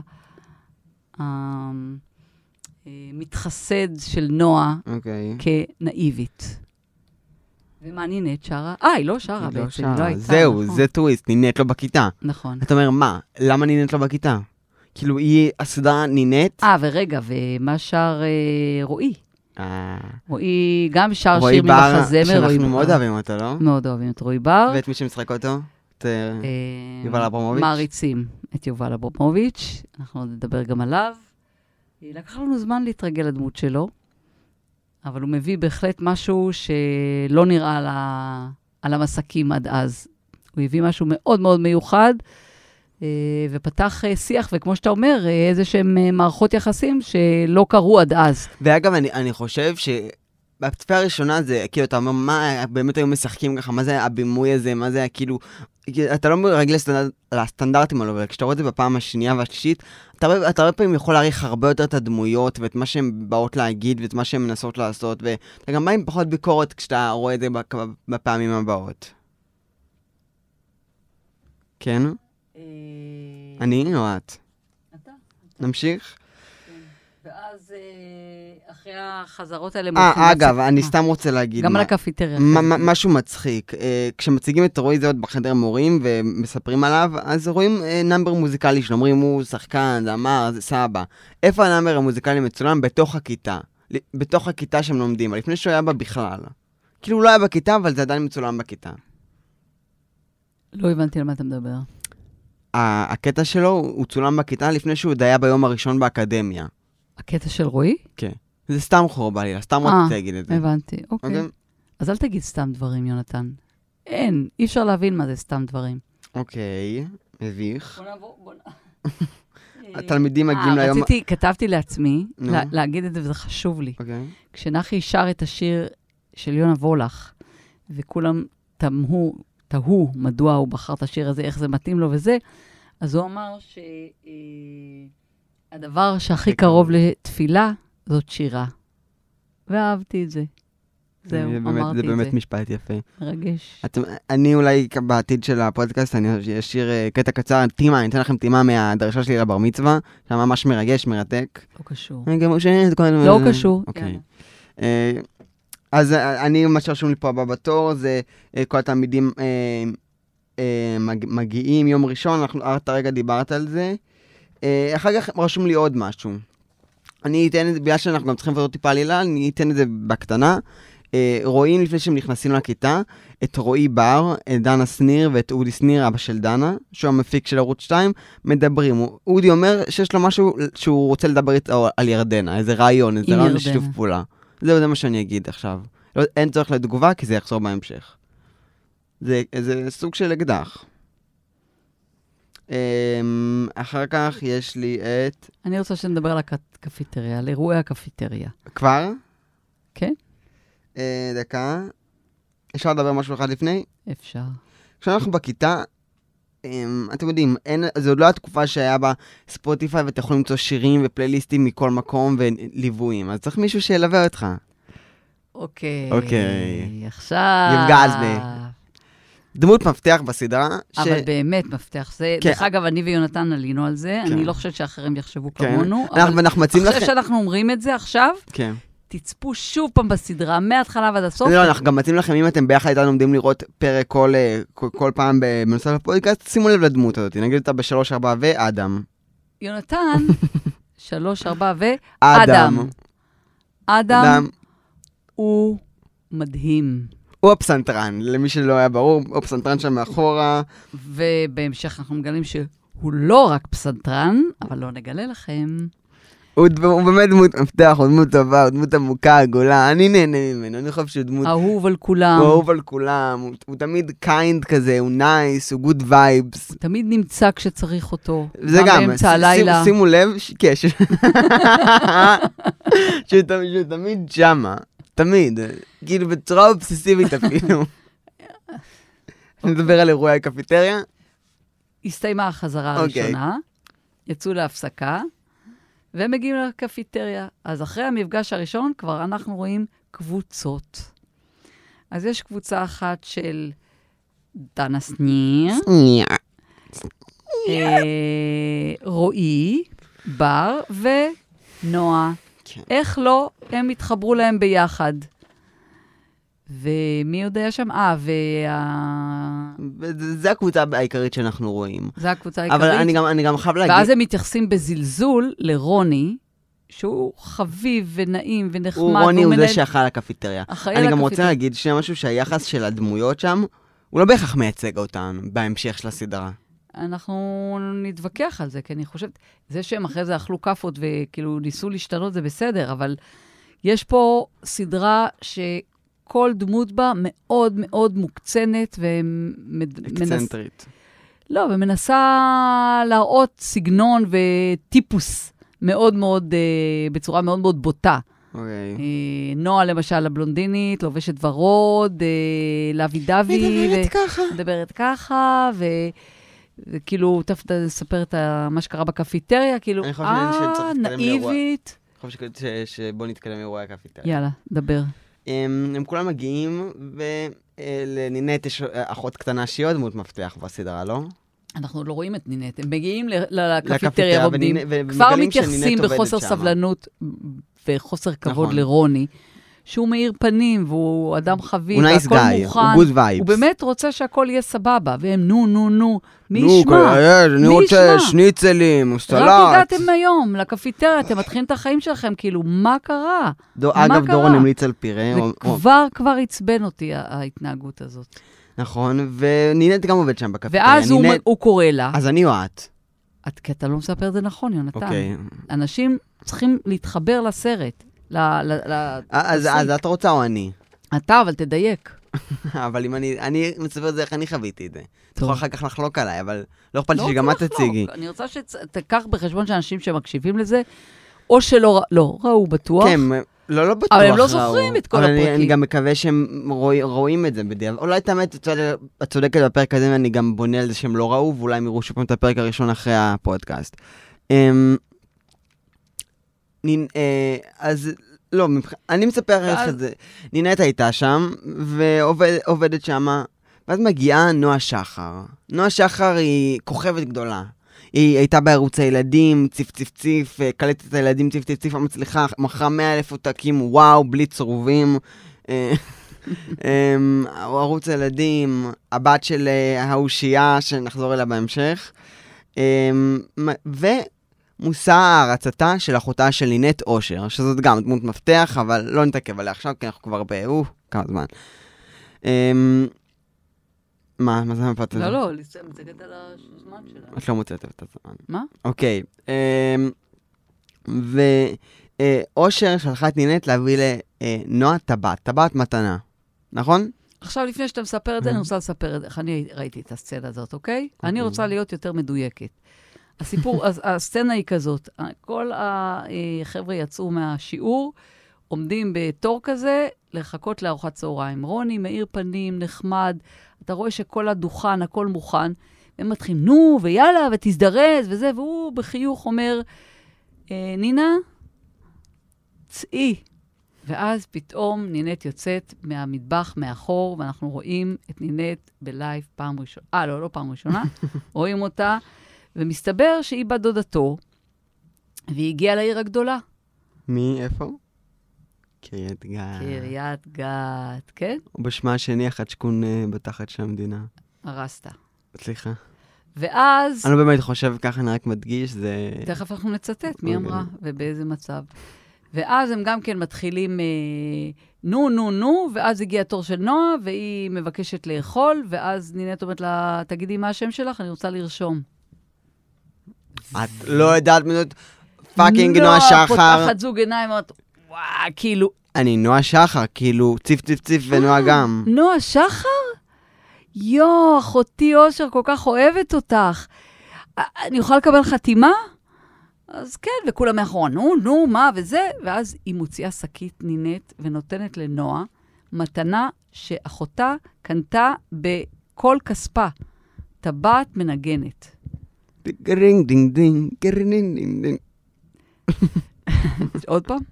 מתחסד של נועה כנאיבית. ומה נינט שרה? היא לא שרה בעצם, היא לא הייתה. זהו, זה טוויסט, נינט לא בכיתה. נכון. אתה אומר, מה? למה נינט לא בכיתה? כאילו, היא הסדרה נינט? ורגע, ומה שר רועי? רועי גם שר שיר ממחזמר. שאנחנו מאוד אוהבים אותו, לא? מאוד אוהבים את רועי בר. ואת מי שמשחק אותו? את יובל אברמוביץ'? מעריצים את יובל אברמוביץ'. אנחנו נדבר גם עליו. לקח לנו זמן להתרגל לדמות שלו, אבל הוא מביא בהחלט משהו שלא נראה על המסקים עד אז. הוא הביא משהו מאוד מאוד מיוחד, ופתח שיח, וכמו שאתה אומר, איזה שהם מערכות יחסים שלא קרו עד אז. ואגב, אני חושב שבצפייה הראשונה זה, כאילו, אתה אומר, מה באמת היו משחקים ככה, מה זה הבימוי הזה, מה זה כאילו, אתה לא מרגל לסטנדרטים האלו, אבל כשאתה רואה את זה בפעם השנייה והשלישית, אתה הרבה פעמים יכול להעריך הרבה יותר את הדמויות, ואת מה שהן באות להגיד, ואת מה שהן מנסות לעשות, ואתה גם בא עם פחות ביקורת כשאתה רואה את זה בפעמים הבאות. כן? אני או את? אתה. נמשיך? ואז אחרי החזרות האלה... אגב, אני סתם רוצה להגיד... גם על הקפיטריה. משהו מצחיק. כשמציגים את רועי זהות בחדר מורים ומספרים עליו, אז רואים נאמבר מוזיקלי שאומרים, הוא שחקן, זה אמר, זה סבא. איפה הנאמבר המוזיקלי מצולם? בתוך הכיתה. בתוך הכיתה שהם לומדים, לפני שהוא היה בה בכלל. כאילו הוא לא היה בכיתה, אבל זה עדיין מצולם בכיתה. לא הבנתי על מה אתה מדבר. הקטע שלו הוא צולם בכיתה לפני שהוא היה ביום הראשון באקדמיה. הקטע של רועי? כן. זה סתם חור בעלילה, סתם רציתי להגיד את זה. הבנתי, אוקיי. אז אל תגיד סתם דברים, יונתן. אין, אי אפשר להבין מה זה סתם דברים. אוקיי, מביך. בוא נעבור, התלמידים מגיעים ליום... כתבתי לעצמי, להגיד את זה, וזה חשוב לי. כשנחי שר את השיר של יונה וולך, וכולם תהו מדוע הוא בחר את השיר הזה, איך זה מתאים לו וזה, אז הוא אמר שהדבר שהכי קרוב לתפילה, זאת שירה. ואהבתי את זה. זהו, אמרתי את זה. זה באמת משפט יפה. מרגש. אני אולי בעתיד של הפודקאסט, אני אשאיר קטע קצר, אני אתן לכם תימה מהדרשה שלי לבר מצווה, שהיה ממש מרגש, מרתק. לא קשור. לא קשור. אוקיי. אז אני, מה שרשום לי פה הבא בתור, זה כל התלמידים מגיעים יום ראשון, אתה רגע דיברת על זה. אחר כך רשום לי עוד משהו. אני אתן את זה, בגלל שאנחנו גם צריכים לבדוק טיפה עלילה, אני אתן את זה בקטנה. רואים לפני שהם נכנסים לכיתה, את רועי בר, את דנה שניר ואת אודי שניר, אבא של דנה, שהוא המפיק של ערוץ 2, מדברים. אודי אומר שיש לו משהו שהוא רוצה לדבר איתו על ירדנה, איזה רעיון, איזה רעיון לשיתוף פעולה. זה מה שאני אגיד עכשיו. אין צורך לתגובה, כי זה יחזור בהמשך. זה סוג של אקדח. אחר כך יש לי את... אני רוצה שנדבר על הקפיטריה, על אירועי הקפיטריה. כבר? כן. דקה. אפשר לדבר משהו אחד לפני? אפשר. כשאנחנו בכיתה, אתם יודעים, זו עוד לא התקופה שהיה בה ספוטיפיי, ואתה יכול למצוא שירים ופלייליסטים מכל מקום וליוויים, אז צריך מישהו שילווה אותך. אוקיי. עכשיו... יפגז בי. דמות מפתח בסדרה. אבל באמת מפתח. דרך אגב, אני ויונתן עלינו על זה, אני לא חושבת שאחרים יחשבו כמונו, אבל אחרי שאנחנו אומרים את זה עכשיו, תצפו שוב פעם בסדרה, מההתחלה ועד הסוף. לא, אנחנו גם מציעים לכם, אם אתם ביחד איתנו עומדים לראות פרק כל פעם בנוסף לפודקאסט, שימו לב לדמות הזאת, נגיד אותה ב-3-4 ואדם. יונתן, 3-4 ואדם. אדם הוא מדהים. הוא הפסנתרן, למי שלא היה ברור, הוא הפסנתרן שם מאחורה. ובהמשך אנחנו מגלים שהוא לא רק פסנתרן, אבל לא נגלה לכם. הוא באמת דמות מפתח, הוא דמות טובה, הוא דמות עמוקה, עגולה, אני נהנה ממנו, אני חושב שהוא דמות... אהוב על כולם. הוא אהוב על כולם, הוא תמיד קיינד כזה, הוא נייס, הוא גוד וייבס. הוא תמיד נמצא כשצריך אותו. זה גם, שימו לב, שהוא תמיד שמה, תמיד, כאילו בצורה אובססיבית אפילו. נדבר על אירועי הקפיטריה. הסתיימה החזרה הראשונה, יצאו להפסקה, והם מגיעים לקפיטריה. אז אחרי המפגש הראשון, כבר אנחנו רואים קבוצות. אז יש קבוצה אחת של דנה שניר, רועי, בר ונועה. איך לא, הם התחברו להם ביחד. ומי יודע שם? זה הקבוצה העיקרית שאנחנו רואים. זה הקבוצה העיקרית. אבל אני גם חייב להגיד... ואז הם מתייחסים בזלזול לרוני, שהוא חביב ונעים ונחמד. רוני הוא זה שאחראי לקפיטריה. אני גם רוצה להגיד שמשהו שהיחס של הדמויות שם, הוא לא בהכרח מייצג אותן בהמשך של הסדרה. אנחנו נתווכח על זה, כי אני חושבת, זה שהם אחרי זה אכלו כפות וכאילו ניסו להשתנות זה בסדר, אבל יש פה סדרה כל דמות בה מאוד מאוד מוקצנת אקצנטרית. לא, ומנסה להראות סגנון וטיפוס מאוד מאוד, בצורה מאוד מאוד בוטה. נועה למשל, הבלונדינית, לובשת ורוד, לוי דווי. מדברת ככה, וכאילו, תכף תספר את מה שקרה בקפיטריה, כאילו, נאיבית. אני חושב שבוא נתקדם מאירועי הקפיטריה. יאללה, דבר. הם כולם מגיעים, ולנינט יש אחות קטנה שהיא עוד דמות מפתח בסדרה, לא? אנחנו לא רואים את נינט, הם מגיעים לקפיטריה ועובדים, כבר מתייחסים בחוסר סבלנות וחוסר כבוד לרוני, שהוא מאיר פנים, והוא אדם חביב, והכל מוכן. הוא good vibes. הוא באמת רוצה שהכל יהיה סבבה, והם נו, מי ישמע? אני רוצה שניצלים, סלט. רק הגעתם היום לקפיטריה, אתם מתחילים את החיים שלכם, כאילו, מה קרה? אגב, דורון המליץ על פירה. זה כבר עצבן אותי, ההתנהגות הזאת. נכון, ונינט גם עובד שם בקפיטריה. ואז הוא קורא לה. אז אני או את? כי אתה לא מספר את זה נכון, יונתן. אנשים צריכים להתחבר לסרט. אז את רוצה או אני? אתה, אבל תדייק. אבל אם אני מספר את זה איך אני חוויתי את זה. אתה יכול אחר כך לחלוק עליי, אבל לא אכפת לי שגם את תציגי. אני רוצה שתקח בחשבון שאנשים שמקשיבים לזה, או שלא ראו בטוח. כן, לא בטוח. אבל הם לא זוכרים את כל הפרקים. אני גם מקווה שהם רואים את זה בדיוק. אולי תאמת, את צודקת בפרק הזה, ואני גם בונה על זה שהם לא ראו, ואולי הם יראו שפעם את הפרק הראשון אחרי הפודקאסט. אז לא, אני מספר איך את זה. נינט הייתה שם, ועובדת שם, ואז מגיעה נועה שחר. נועה שחר היא כוכבת גדולה. היא הייתה בערוץ הילדים, ציף, קלטת את הילדים, ציף, המצליחה, מכרה 100,000 עותקים, וואו, בלי צרובים. ערוץ הילדים, הבת של האושייה, שנחזור אליה בהמשך. ומושא הערצתה של אחותה של נינט אושר, שזאת גם דמות מפתח, אבל לא נתעכב עליה עכשיו, כי אנחנו כבר כמה זמן. מה זה מפת הזה? לא, מצגת על הזמן שלה. את לא מוצאת את הזמן. מה? אוקיי. ואושר שלחה את נינט להביא לנועה טבעת מתנה. נכון? עכשיו, לפני שאתה מספר את זה, אני רוצה לספר את זה. איך אני ראיתי את הסצנה הזאת, אוקיי? אני רוצה להיות יותר מדויקת. הסיפור, הסצנה היא כזאת. כל החבר'ה יצאו מהשיעור, עומדים בתור כזה, לחכות לארוחת צהריים. רוני, מאיר פנים, נחמד, אתה רואה שכל הדוכן, הכל מוכן, והם מתחילים, נו, ויאללה, ותזדרז, וזה, והוא בחיוך אומר, נינה, צאי. ואז פתאום נינט יוצאת מהמטבח מאחור, ואנחנו רואים את נינט בלייב פעם ראשונה. לא פעם ראשונה, רואים אותה, ומסתבר שהיא בת דודתו, והיא הגיעה לעיר הגדולה. איפה? קריית גת. קריית גת, כן? ובשמה השני אחד שכון בתחת של המדינה. הרסת. סליחה. ואז... אני לא באמת חושב ככה, אני רק מדגיש, זה... תכף אנחנו נצטט מי אמרה ובאיזה מצב. ואז הם גם כן מתחילים נו, ואז הגיע התור של נועה, והיא מבקשת לאכול, ואז נינט אומרת לה, תגידי מה השם שלך, אני רוצה לרשום. את לא יודעת מי זאת פאקינג נועה שחר. פותחת זוג עיניים, אומרת, וואו, כאילו... אני נועה שחר, כאילו ציף ונועה גם. נועה שחר? יו, אחותי אושר כל כך אוהבת אותך. אני יכולה לקבל חתימה? אז כן, וכולם מאחורה, נו, מה וזה, ואז היא מוציאה שקית נינט ונותנת לנועה מתנה שאחותה קנתה בכל כספה, טבעת מנגנת. גרינג דינג דינג, גרינג דינג דינג. עוד פעם?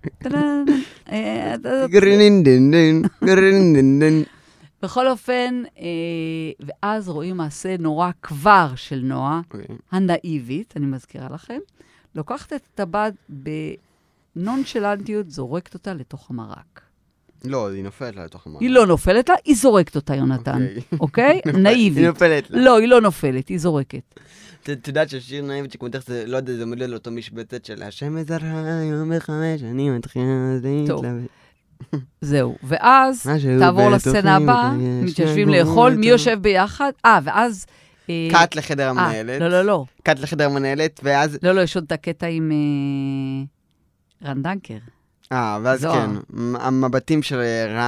גרינג דינג דינג, גרינג דינג דינג. בכל אופן, ואז רואים מעשה נורא כבר של נועה, הנאיבית, אני מזכירה לכם, לוקחת את הטבעת בנונשלנטיות, זורקת אותה לתוך המרק. לא, היא נופלת לה לתוך המרק. היא לא נופלת לה, היא זורקת אותה, יונתן. אוקיי? נאיבית. היא נופלת לה. לא, היא לא נופלת, היא זורקת. את יודעת שהשיר נאיבית שכמותך זה, לא יודע, זה עומד לאותו משבצת של השם מזרחה, יום בחמש, אני מתחילה להתלבט. זהו, ואז תעבור לסצנה הבאה, מתיישבים לאכול, מי יושב ביחד? ואז... קאט לחדר המנהלת. לא. קאט לחדר המנהלת, ואז... לא, יש עוד את הקטע עם רן דנקר. ואז כן, המבטים של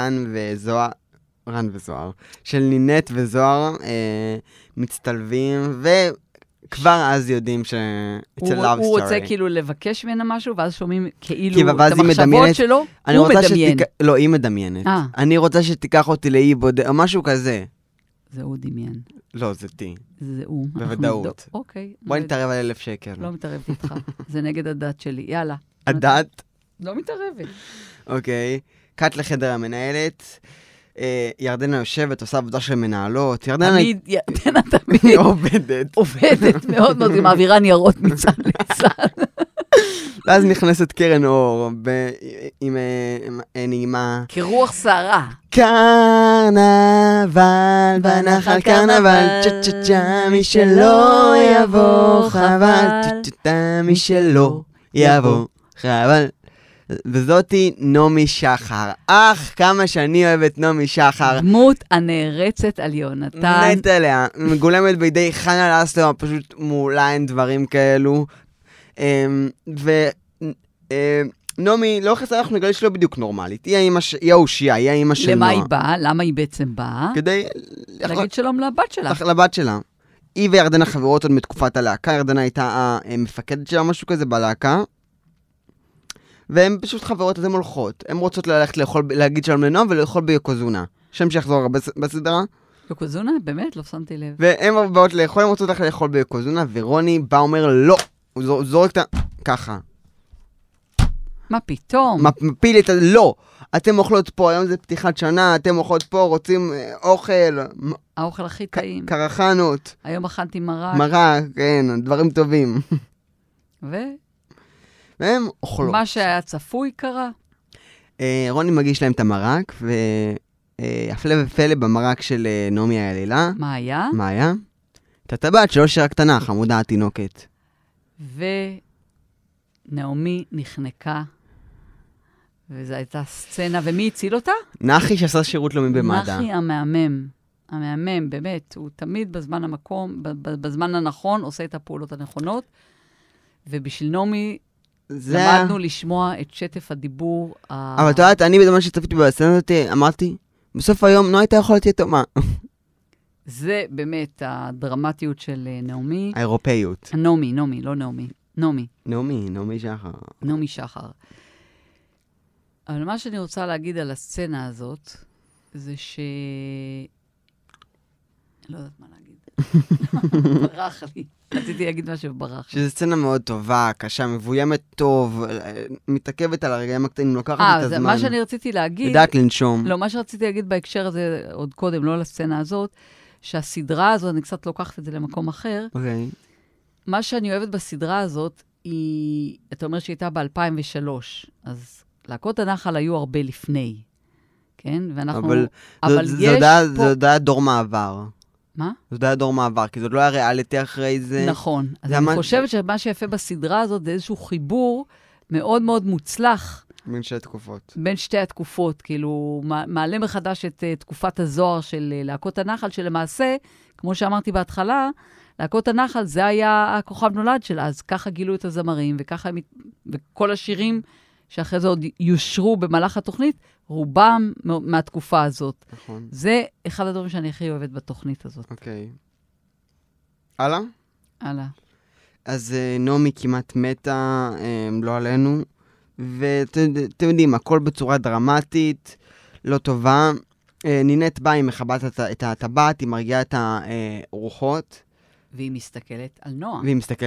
רן וזוהר, של נינט וזוהר, מצטלבים, וכבר אז יודעים שאצל love story. הוא רוצה כאילו לבקש ממנה משהו, ואז שומעים כאילו את המחשבות שלו, הוא מדמיין. לא, היא מדמיינת. אני רוצה שתיקח אותי לאי בודד, או משהו כזה. זה הוא דמיין. לא, זה טי. זה הוא. בוודאות. אוקיי. בואי נתערב על 1,000 שקל. לא מתערבת איתך. זה נגד הדת שלי. יאללה. הדת? לא מתערבת. אוקיי. קאט לחדר המנהלת. ירדנה יושבת, עושה עבודה של מנהלות. ירדנה תמיד. עובדת. עובדת מאוד מאוד, היא מעבירה ניירות מצד לצד. ואז נכנסת קרן אור, עם נעימה. כרוח שערה. קרנבל, בנחל קרנבל, צ'ה, מי שלא יבוא חבל, צ'ה, מי שלא יבוא חבל. וזאתי נעמי שחר. כמה שאני אוהבת נעמי שחר. דמות הנערצת על יונתן. מת עליה. מגולמת בידי חנה לסלר, פשוט מעולה אין דברים כאלו. נעמי, לאורך הסרט אנחנו נגלה שלא בדיוק נורמלית. היא האושייה, היא האמא של נועה. למה היא באה? למה היא בעצם באה? כדי... להגיד שלום לבת שלה. לבת שלה. היא וירדנה חברות עוד מתקופת הלהקה. ירדנה הייתה המפקדת שלה, משהו כזה בלהקה. והן פשוט חברות, אז הן הולכות. הן רוצות ללכת להגיד שלום לנועה ולאכול ביוקוזונה. שם שיחזור בסדרה. יוקוזונה? באמת? לא שמתי לב. והן באות לאכול, הן רוצות ללכת לאכול ביוקוזונה, ורוני בא אומר לא. הוא זורק את ככה. מה פתאום? מפיל את לא. אתם אוכלות פה, היום זה פתיחת שנה, אתם אוכלות פה, רוצים אוכל. האוכל הכי טעים. קרחנות. היום אכלתי מרק. מרק, כן, דברים טובים. והם אוכלות. מה שהיה צפוי קרה. רוני מגיש להם את המרק, והפלא ופלא במרק של נעמי האלילה. מה היה? מה היה? את הטבעת שלא שירה קטנה, חמודה התינוקת. ונעמי נחנקה, וזו הייתה סצנה, ומי הציל אותה? נחי שעשה שירות לאומי במד"א. נחי המהמם, באמת, הוא תמיד בזמן המקום, בזמן הנכון, עושה את הפעולות הנכונות, ובשביל נעמי למדנו לשמוע את שטף הדיבור. אבל אתה יודעת, אני בזמן שצפיתי בסצנה הזאת, אמרתי, בסוף היום נועה הייתה יכולה להיות יתומה. זה באמת הדרמטיות של נעמי. האירופאיות. נעמי, לא נעמי. נעמי שחר. נעמי שחר. אבל מה שאני רוצה להגיד על הסצנה הזאת, זה לא יודעת מה להגיד. ברח לי. רציתי להגיד משהו ברח. שזו סצנה מאוד טובה, קשה, מבוימת טוב, מתעכבת על הרגעים הקטנים, לוקחת את הזמן. מה שאני רציתי להגיד... לדעת לנשום. לא, מה שרציתי להגיד בהקשר הזה, עוד קודם, לא לסצנה הזאת, שהסדרה הזאת, אני קצת לוקחת את זה למקום אחר. אוקיי. מה שאני אוהבת בסדרה הזאת, היא, אתה אומר שהיא הייתה ב-2003, אז להקות הנחל היו הרבה לפני, כן? ואנחנו... אבל זה עוד היה דור מעבר. מה? זה עוד היה דור מעבר, כי זה עוד לא היה ריאליטי אחרי זה. נכון. אז אני חושבת שמה שיפה בסדרה הזאת, זה איזשהו חיבור מאוד מאוד מוצלח. בין שתי התקופות. בין שתי התקופות, כאילו, מעלה מחדש את תקופת הזוהר של להקות הנחל, שלמעשה, כמו שאמרתי בהתחלה, להקות הנחל זה היה הכוכב נולד שלה, אז ככה גילו את הזמרים, וכל השירים שאחרי זה עוד יושרו במהלך התוכנית, רובם מהתקופה הזאת. נכון. זה אחד הדברים שאני הכי אוהבת בתוכנית הזאת. אוקיי. הלאה? הלאה. אז נעמי כמעט מתה, לא עלינו, ואתם יודעים, הכל בצורה דרמטית, לא טובה. נינט באה, היא מחבאת את הטבעת, היא מרגיעה את הרוחות. והיא מסתכלת על נועה.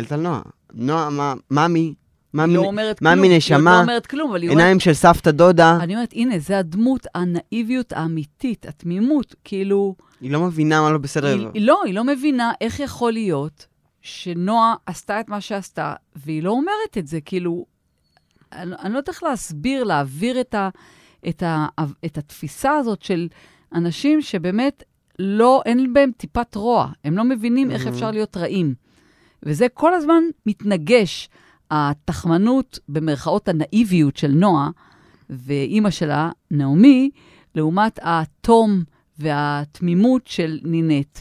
נועה, ממי? היא לא אומרת כלום. ממי נשמה? היא לא אומרת כלום, אבל היא אומרת... עיניים של סבתא דודה. אני אומרת, הנה, זה הדמות, הנאיביות האמיתית, התמימות, כאילו... היא לא מבינה מה לא בסדר. היא לא מבינה איך יכול להיות שנועה עשתה את מה שעשתה, והיא לא אומרת את זה, כאילו... אני לא יודעת איך להסביר, להעביר את התפיסה הזאת של אנשים שבאמת אין בהם טיפת רוע. הם לא מבינים איך אפשר להיות רעים. וזה כל הזמן מתנגש. התחמנות, במרכאות הנאיביות של נועה, ואימא שלה, נעמי, לעומת התום והתמימות של נינט.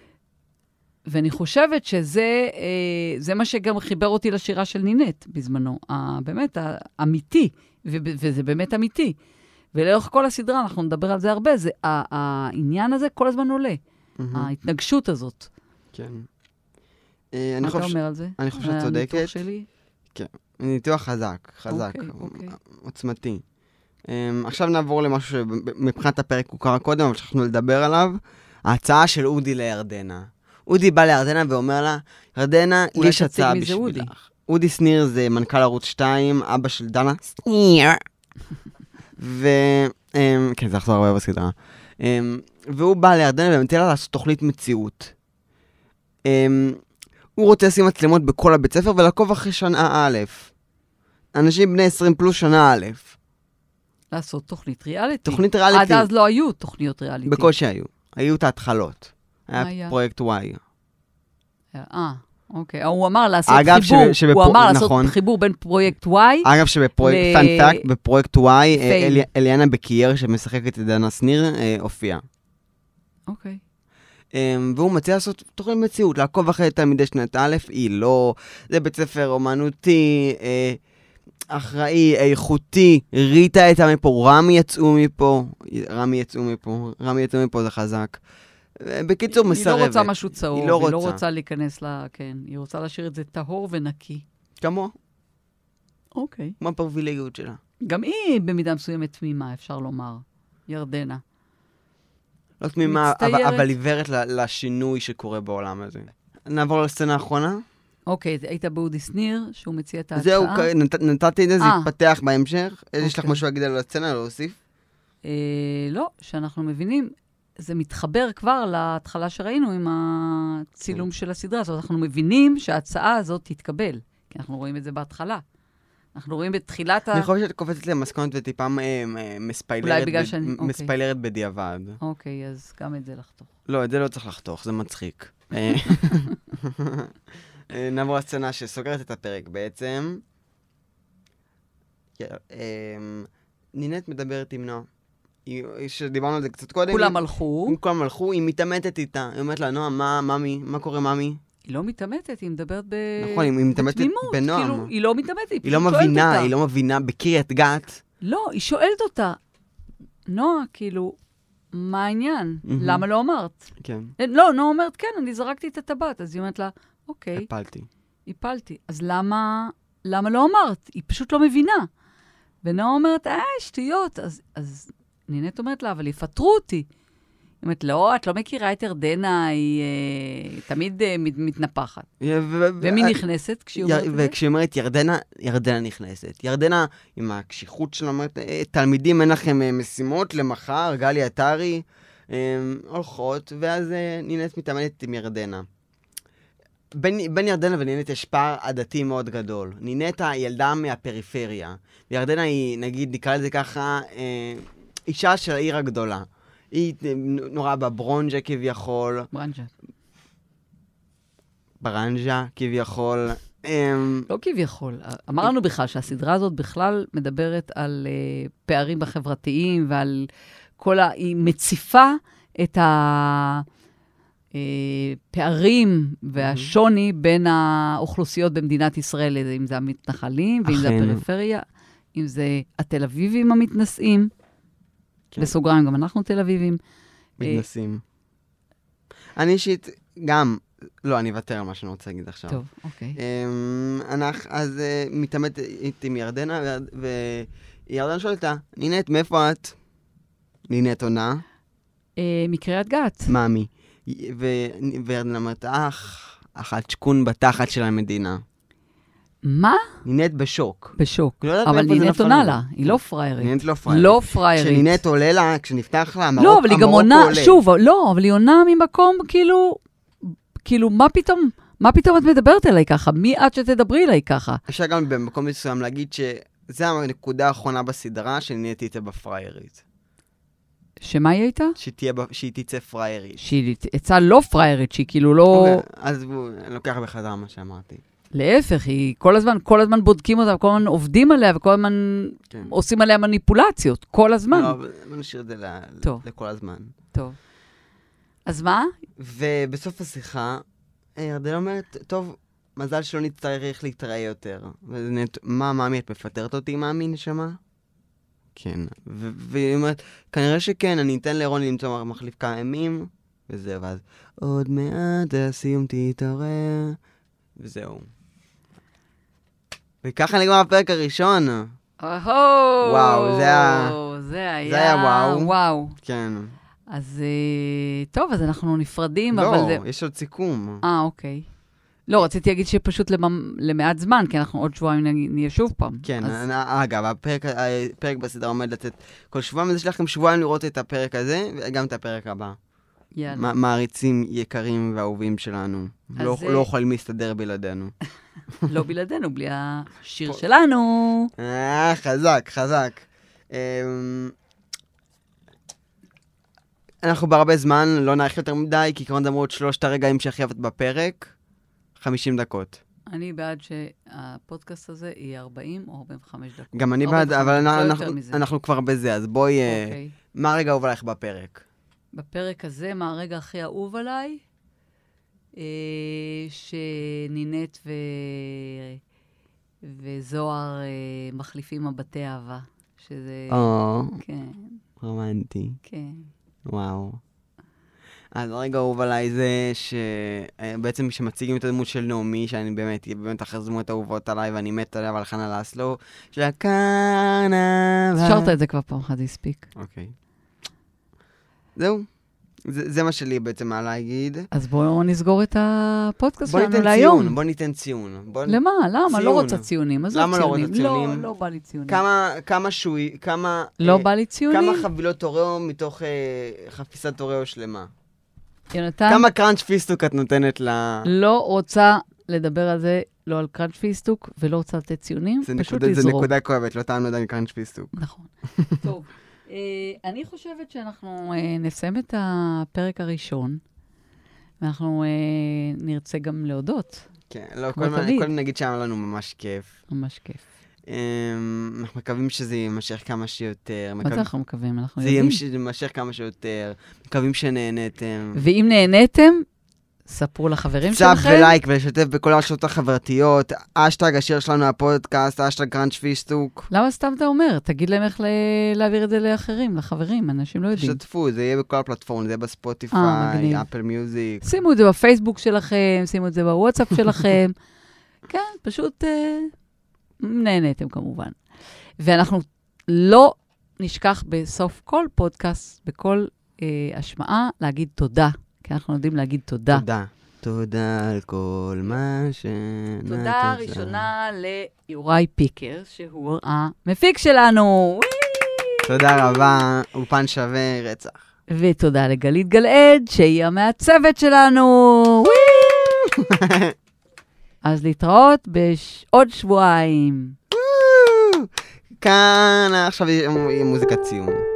ואני חושבת שזה מה שגם חיבר אותי לשירה של נינט בזמנו. באמת, האמיתי, וזה באמת אמיתי. ולאורך כל הסדרה, אנחנו נדבר על זה הרבה, העניין הזה כל הזמן עולה. ההתנגשות הזאת. כן. מה אתה אומר על זה? אני חושב שאת צודקת. הניתוח שלי? כן. ניתוח חזק, עוצמתי. עכשיו נעבור למשהו שמבחינת הפרק הוא קרה קודם, אבל שכחנו לדבר עליו. ההצעה של אודי לירדנה. אודי בא לירדנה ואומר לה, ירדנה, יש הצעה בשבילך. אודי שניר זה מנכ"ל ערוץ 2, אבא של דנה שניר. כן, זה יחזור הרבה בסדרה. והוא בא לירדנה ומציע לה לעשות תוכנית מציאות. הוא רוצה לשים מצלמות בכל הבית ספר ולעקוב אחרי שנה א'. אנשים בני 20 פלוס שנה א'. לעשות תוכנית ריאליטי. תוכנית ריאליטי. עד אז לא היו תוכניות ריאליטי. בקושי היו. היו את ההתחלות. היה פרויקט Y. אוקיי. הוא אמר לעשות חיבור. הוא אמר לעשות חיבור בין פרויקט Y. אגב, שבפרויקט פנטק, בפרויקט Y, אליאנה בקייר, שמשחקת את דנה שניר, הופיעה. אוקיי. והוא מציע לעשות תוכנית מציאות, לעקוב אחרי תלמידי שנת א', היא לא, זה בית ספר אומנותי, אחראי, איכותי, ריטה הייתה מפה, רמי יצאו מפה, זה חזק. בקיצור, מסרבת. היא לא רוצה משהו צהוב, היא לא רוצה להיכנס כן, היא רוצה להשאיר את זה טהור ונקי. כמו? אוקיי. כמו הפריבילגיות שלה. גם היא במידה מסוימת תמימה, אפשר לומר. ירדנה. לא תמימה, אבל עיוורת לשינוי שקורה בעולם הזה. נעבור לסצנה האחרונה. אוקיי, היית באודי שניר, שהוא מציע את ההצעה. זהו, נתתי את זה, זה יתפתח בהמשך. יש לך משהו להגיד על הסצנה, להוסיף? לא, שאנחנו מבינים, זה מתחבר כבר להתחלה שראינו עם הצילום של הסדרה הזאת. אנחנו מבינים שההצעה הזאת תתקבל, כי אנחנו רואים את זה בהתחלה. אנחנו רואים בתחילת אני חושב שאת קופצת למסקנות וטיפה מספיילרת בדיעבד. אוקיי, אז גם את זה לחתוך. לא, את זה לא צריך לחתוך, זה מצחיק. נעבור לסצנה שסוגרת את הפרק בעצם. נינט מדברת עם נועה. שדיברנו על זה קצת קודם. כולם הלכו. היא מתאמתת איתה. היא אומרת לה, נועה, מה קורה, ממי? היא לא מתאמתת, היא מדברת נכון, היא מתאמתת בנועם. כאילו, היא לא מתאמתת, היא פשוט שואלת אותה. היא לא מבינה בקריית גת. לא, היא שואלת אותה. נועה, כאילו, מה העניין? למה לא אמרת? כן. לא, נועה אומרת, כן, אני זרקתי את הטבעת. אז היא אומרת לה, אוקיי. הפלתי. אז למה לא אמרת? היא פשוט לא מבינה. ונועה אומרת, שטויות. אז נינט אומרת לה, אבל יפטרו אותי. היא אומרת, לא, את לא מכירה את ירדנה, היא תמיד מתנפחת. ומי נכנסת כשהיא אומרת את זה? וכשהיא אומרת ירדנה נכנסת. ירדנה, עם הקשיחות שלה, אומרת, תלמידים, אין לכם משימות למחר, גלי עטרי, הולכות, ואז נינט מתאמנת עם ירדנה. בין ירדנה ונינט יש פער עדתי מאוד גדול. נינט הילדה מהפריפריה. וירדנה היא, נגיד, נקרא לזה ככה, אישה של העיר הגדולה. היא נורא בברונג'ה כביכול. ברנג'ה כביכול. לא כביכול. אמרנו בכלל שהסדרה הזאת בכלל מדברת על פערים בחברתיים ועל כל היא מציפה את הפערים והשוני בין האוכלוסיות במדינת ישראל, אם זה המתנחלים ואם זה הפריפריה, אם זה התל אביבים המתנסים. בסוגריים, גם אנחנו תל אביבים. מתנסים. אני אישית גם, לא, אני אוותר על מה שאני רוצה להגיד עכשיו. טוב, אוקיי. אז מתאמת עם ירדנה, וירדנה שואלתה, נינט, מאיפה את? נינט עונה. מקריית גת. מאמי. וירדנה אומרת, אחת שקון בתחת של המדינה. מה? נינט בשוק. אבל נינט עונה לה, היא לא פריירית. נינט לא פריירית. כשנינט עולה לה, כשנפתח לה, המרוקו עולה. לא, אבל היא גם עונה, שוב, לא, אבל היא עונה ממקום כאילו, מה פתאום את מדברת אליי ככה? מי עד שתדברי אליי ככה? אפשר גם במקום מסוים להגיד שזה הנקודה האחרונה בסדרה שנינט תצא בפריירית. שמה היא הייתה? שהיא תצא פריירית. שהיא יצאה לא פריירית, שהיא כאילו לא... אז אני לוקח בחזרה מה שאמרתי. להפך, היא כל הזמן בודקים אותה, כל הזמן עובדים עליה, וכל הזמן עושים עליה מניפולציות, כל הזמן. לא, אבל נשאיר את זה לכל הזמן. טוב. אז מה? ובסוף השיחה, ירדנה אומרת, טוב, מזל שלא נצטרך להתראה יותר. מה, מאמי, את מפטרת אותי, מאמי, נשמה? כן. והיא אומרת, כנראה שכן, אני אתן לרוני למצוא מחליף כמה ימים, וזהו, ואז עוד מעט הסיום תתעורר, וזהו. וככה נגמר הפרק הראשון. וואו, זה היה וואו. כן. אז טוב, אז אנחנו נפרדים, אבל זה... לא, יש עוד סיכום. אוקיי. לא, רציתי להגיד שפשוט למעט זמן, כי אנחנו עוד שבועיים נהיה שוב פעם. כן, אגב, הפרק בסדרה עומד לצאת כל שבועיים, אז יש לכם שבועיים לראות את הפרק הזה, וגם את הפרק הבא. יאללה. מעריצים יקרים ואהובים שלנו. לא יכולים להסתדר בלעדינו. לא בלעדינו, בלי השיר שלנו. חזק. אנחנו בהרבה זמן, לא נאריך יותר מדי, כי כמובן אמרו את 3 הרגעים שהכי אהבת בפרק. 50 דקות. אני בעד שהפודקאסט הזה יהיה 40 או 45 דקות. גם אני בעד, אבל אנחנו כבר בזה, אז בואי... מה הרגע אהוב עלייך בפרק? בפרק הזה, מה הרגע הכי אהוב עליי? שנינט וזוהר מחליפים מבטי אהבה, שזה... כן. רומנטי. כן. וואו. אז רגע אהוב עליי זה שבעצם כשמציגים את הדמות של נעמי, שאני באמת אחרי דמות אהובות עליי, ואני מת עליה ועל חנה לסלו, של הקרנבל. שרת את זה כבר פעם אחת, זה הספיק. אוקיי. זהו. זה מה שלי בעצם מה להגיד. אז בואו נסגור את הפודקאסט שלנו להיום. בוא ניתן ציון. למה? למה? לא רוצה ציונים. למה לא רוצה ציונים? לא בא לי ציונים. כמה... לא בא לי ציונים? כמה חבילות אוריאו מתוך חפיסת אוריאו שלמה? יונתן? כמה קראנץ' פיסטוק את נותנת ל... לא רוצה לדבר על זה, לא על קראנץ' פיסטוק, ולא רוצה לתת ציונים, פשוט לזרוק. זה נקודה כואבת, לא טעם לדעת עם קראנץ' פיסטוק. נכון. טוב. אני חושבת שאנחנו נסיים את הפרק הראשון, ואנחנו נרצה גם להודות. כן, לא, כל נגיד שהיה לנו ממש כיף. ממש כיף. אנחנו מקווים שזה יימשך כמה שיותר. מה זה אנחנו מקווים? אנחנו יודעים. זה יימשך כמה שיותר. מקווים שנהנתם. ואם נהנתם, ספרו לחברים שלכם. סאב ולייק ולשתף בכל הרשתות החברתיות. אשטג השיר שלנו הפודקאסט, אשטג קראנץ' פיסטוק. למה סתם אתה אומר? תגיד להם איך להעביר את זה לאחרים, לחברים, אנשים לא יודעים. שתפו, זה יהיה בכל הפלטפורם, זה יהיה בספוטיפיי, אפל מיוזיק. שימו את זה בפייסבוק שלכם, שימו את זה בוואטסאפ שלכם. כן, פשוט נהנתם כמובן. ואנחנו לא נשכח בסוף כל פודקאסט, בכל השמעה, להגיד תודה. כי אנחנו יודעים להגיד תודה. תודה. תודה על כל מה שנתת. תודה ראשונה ליוראי פיקר, שהוא המפיק שלנו. תודה רבה, אולפן שווה רצח. ותודה לגלית גלעד, שהיא המעצבת שלנו. אז להתראות בעוד שבועיים. כאן, עכשיו יהיה מוזיקת ציון.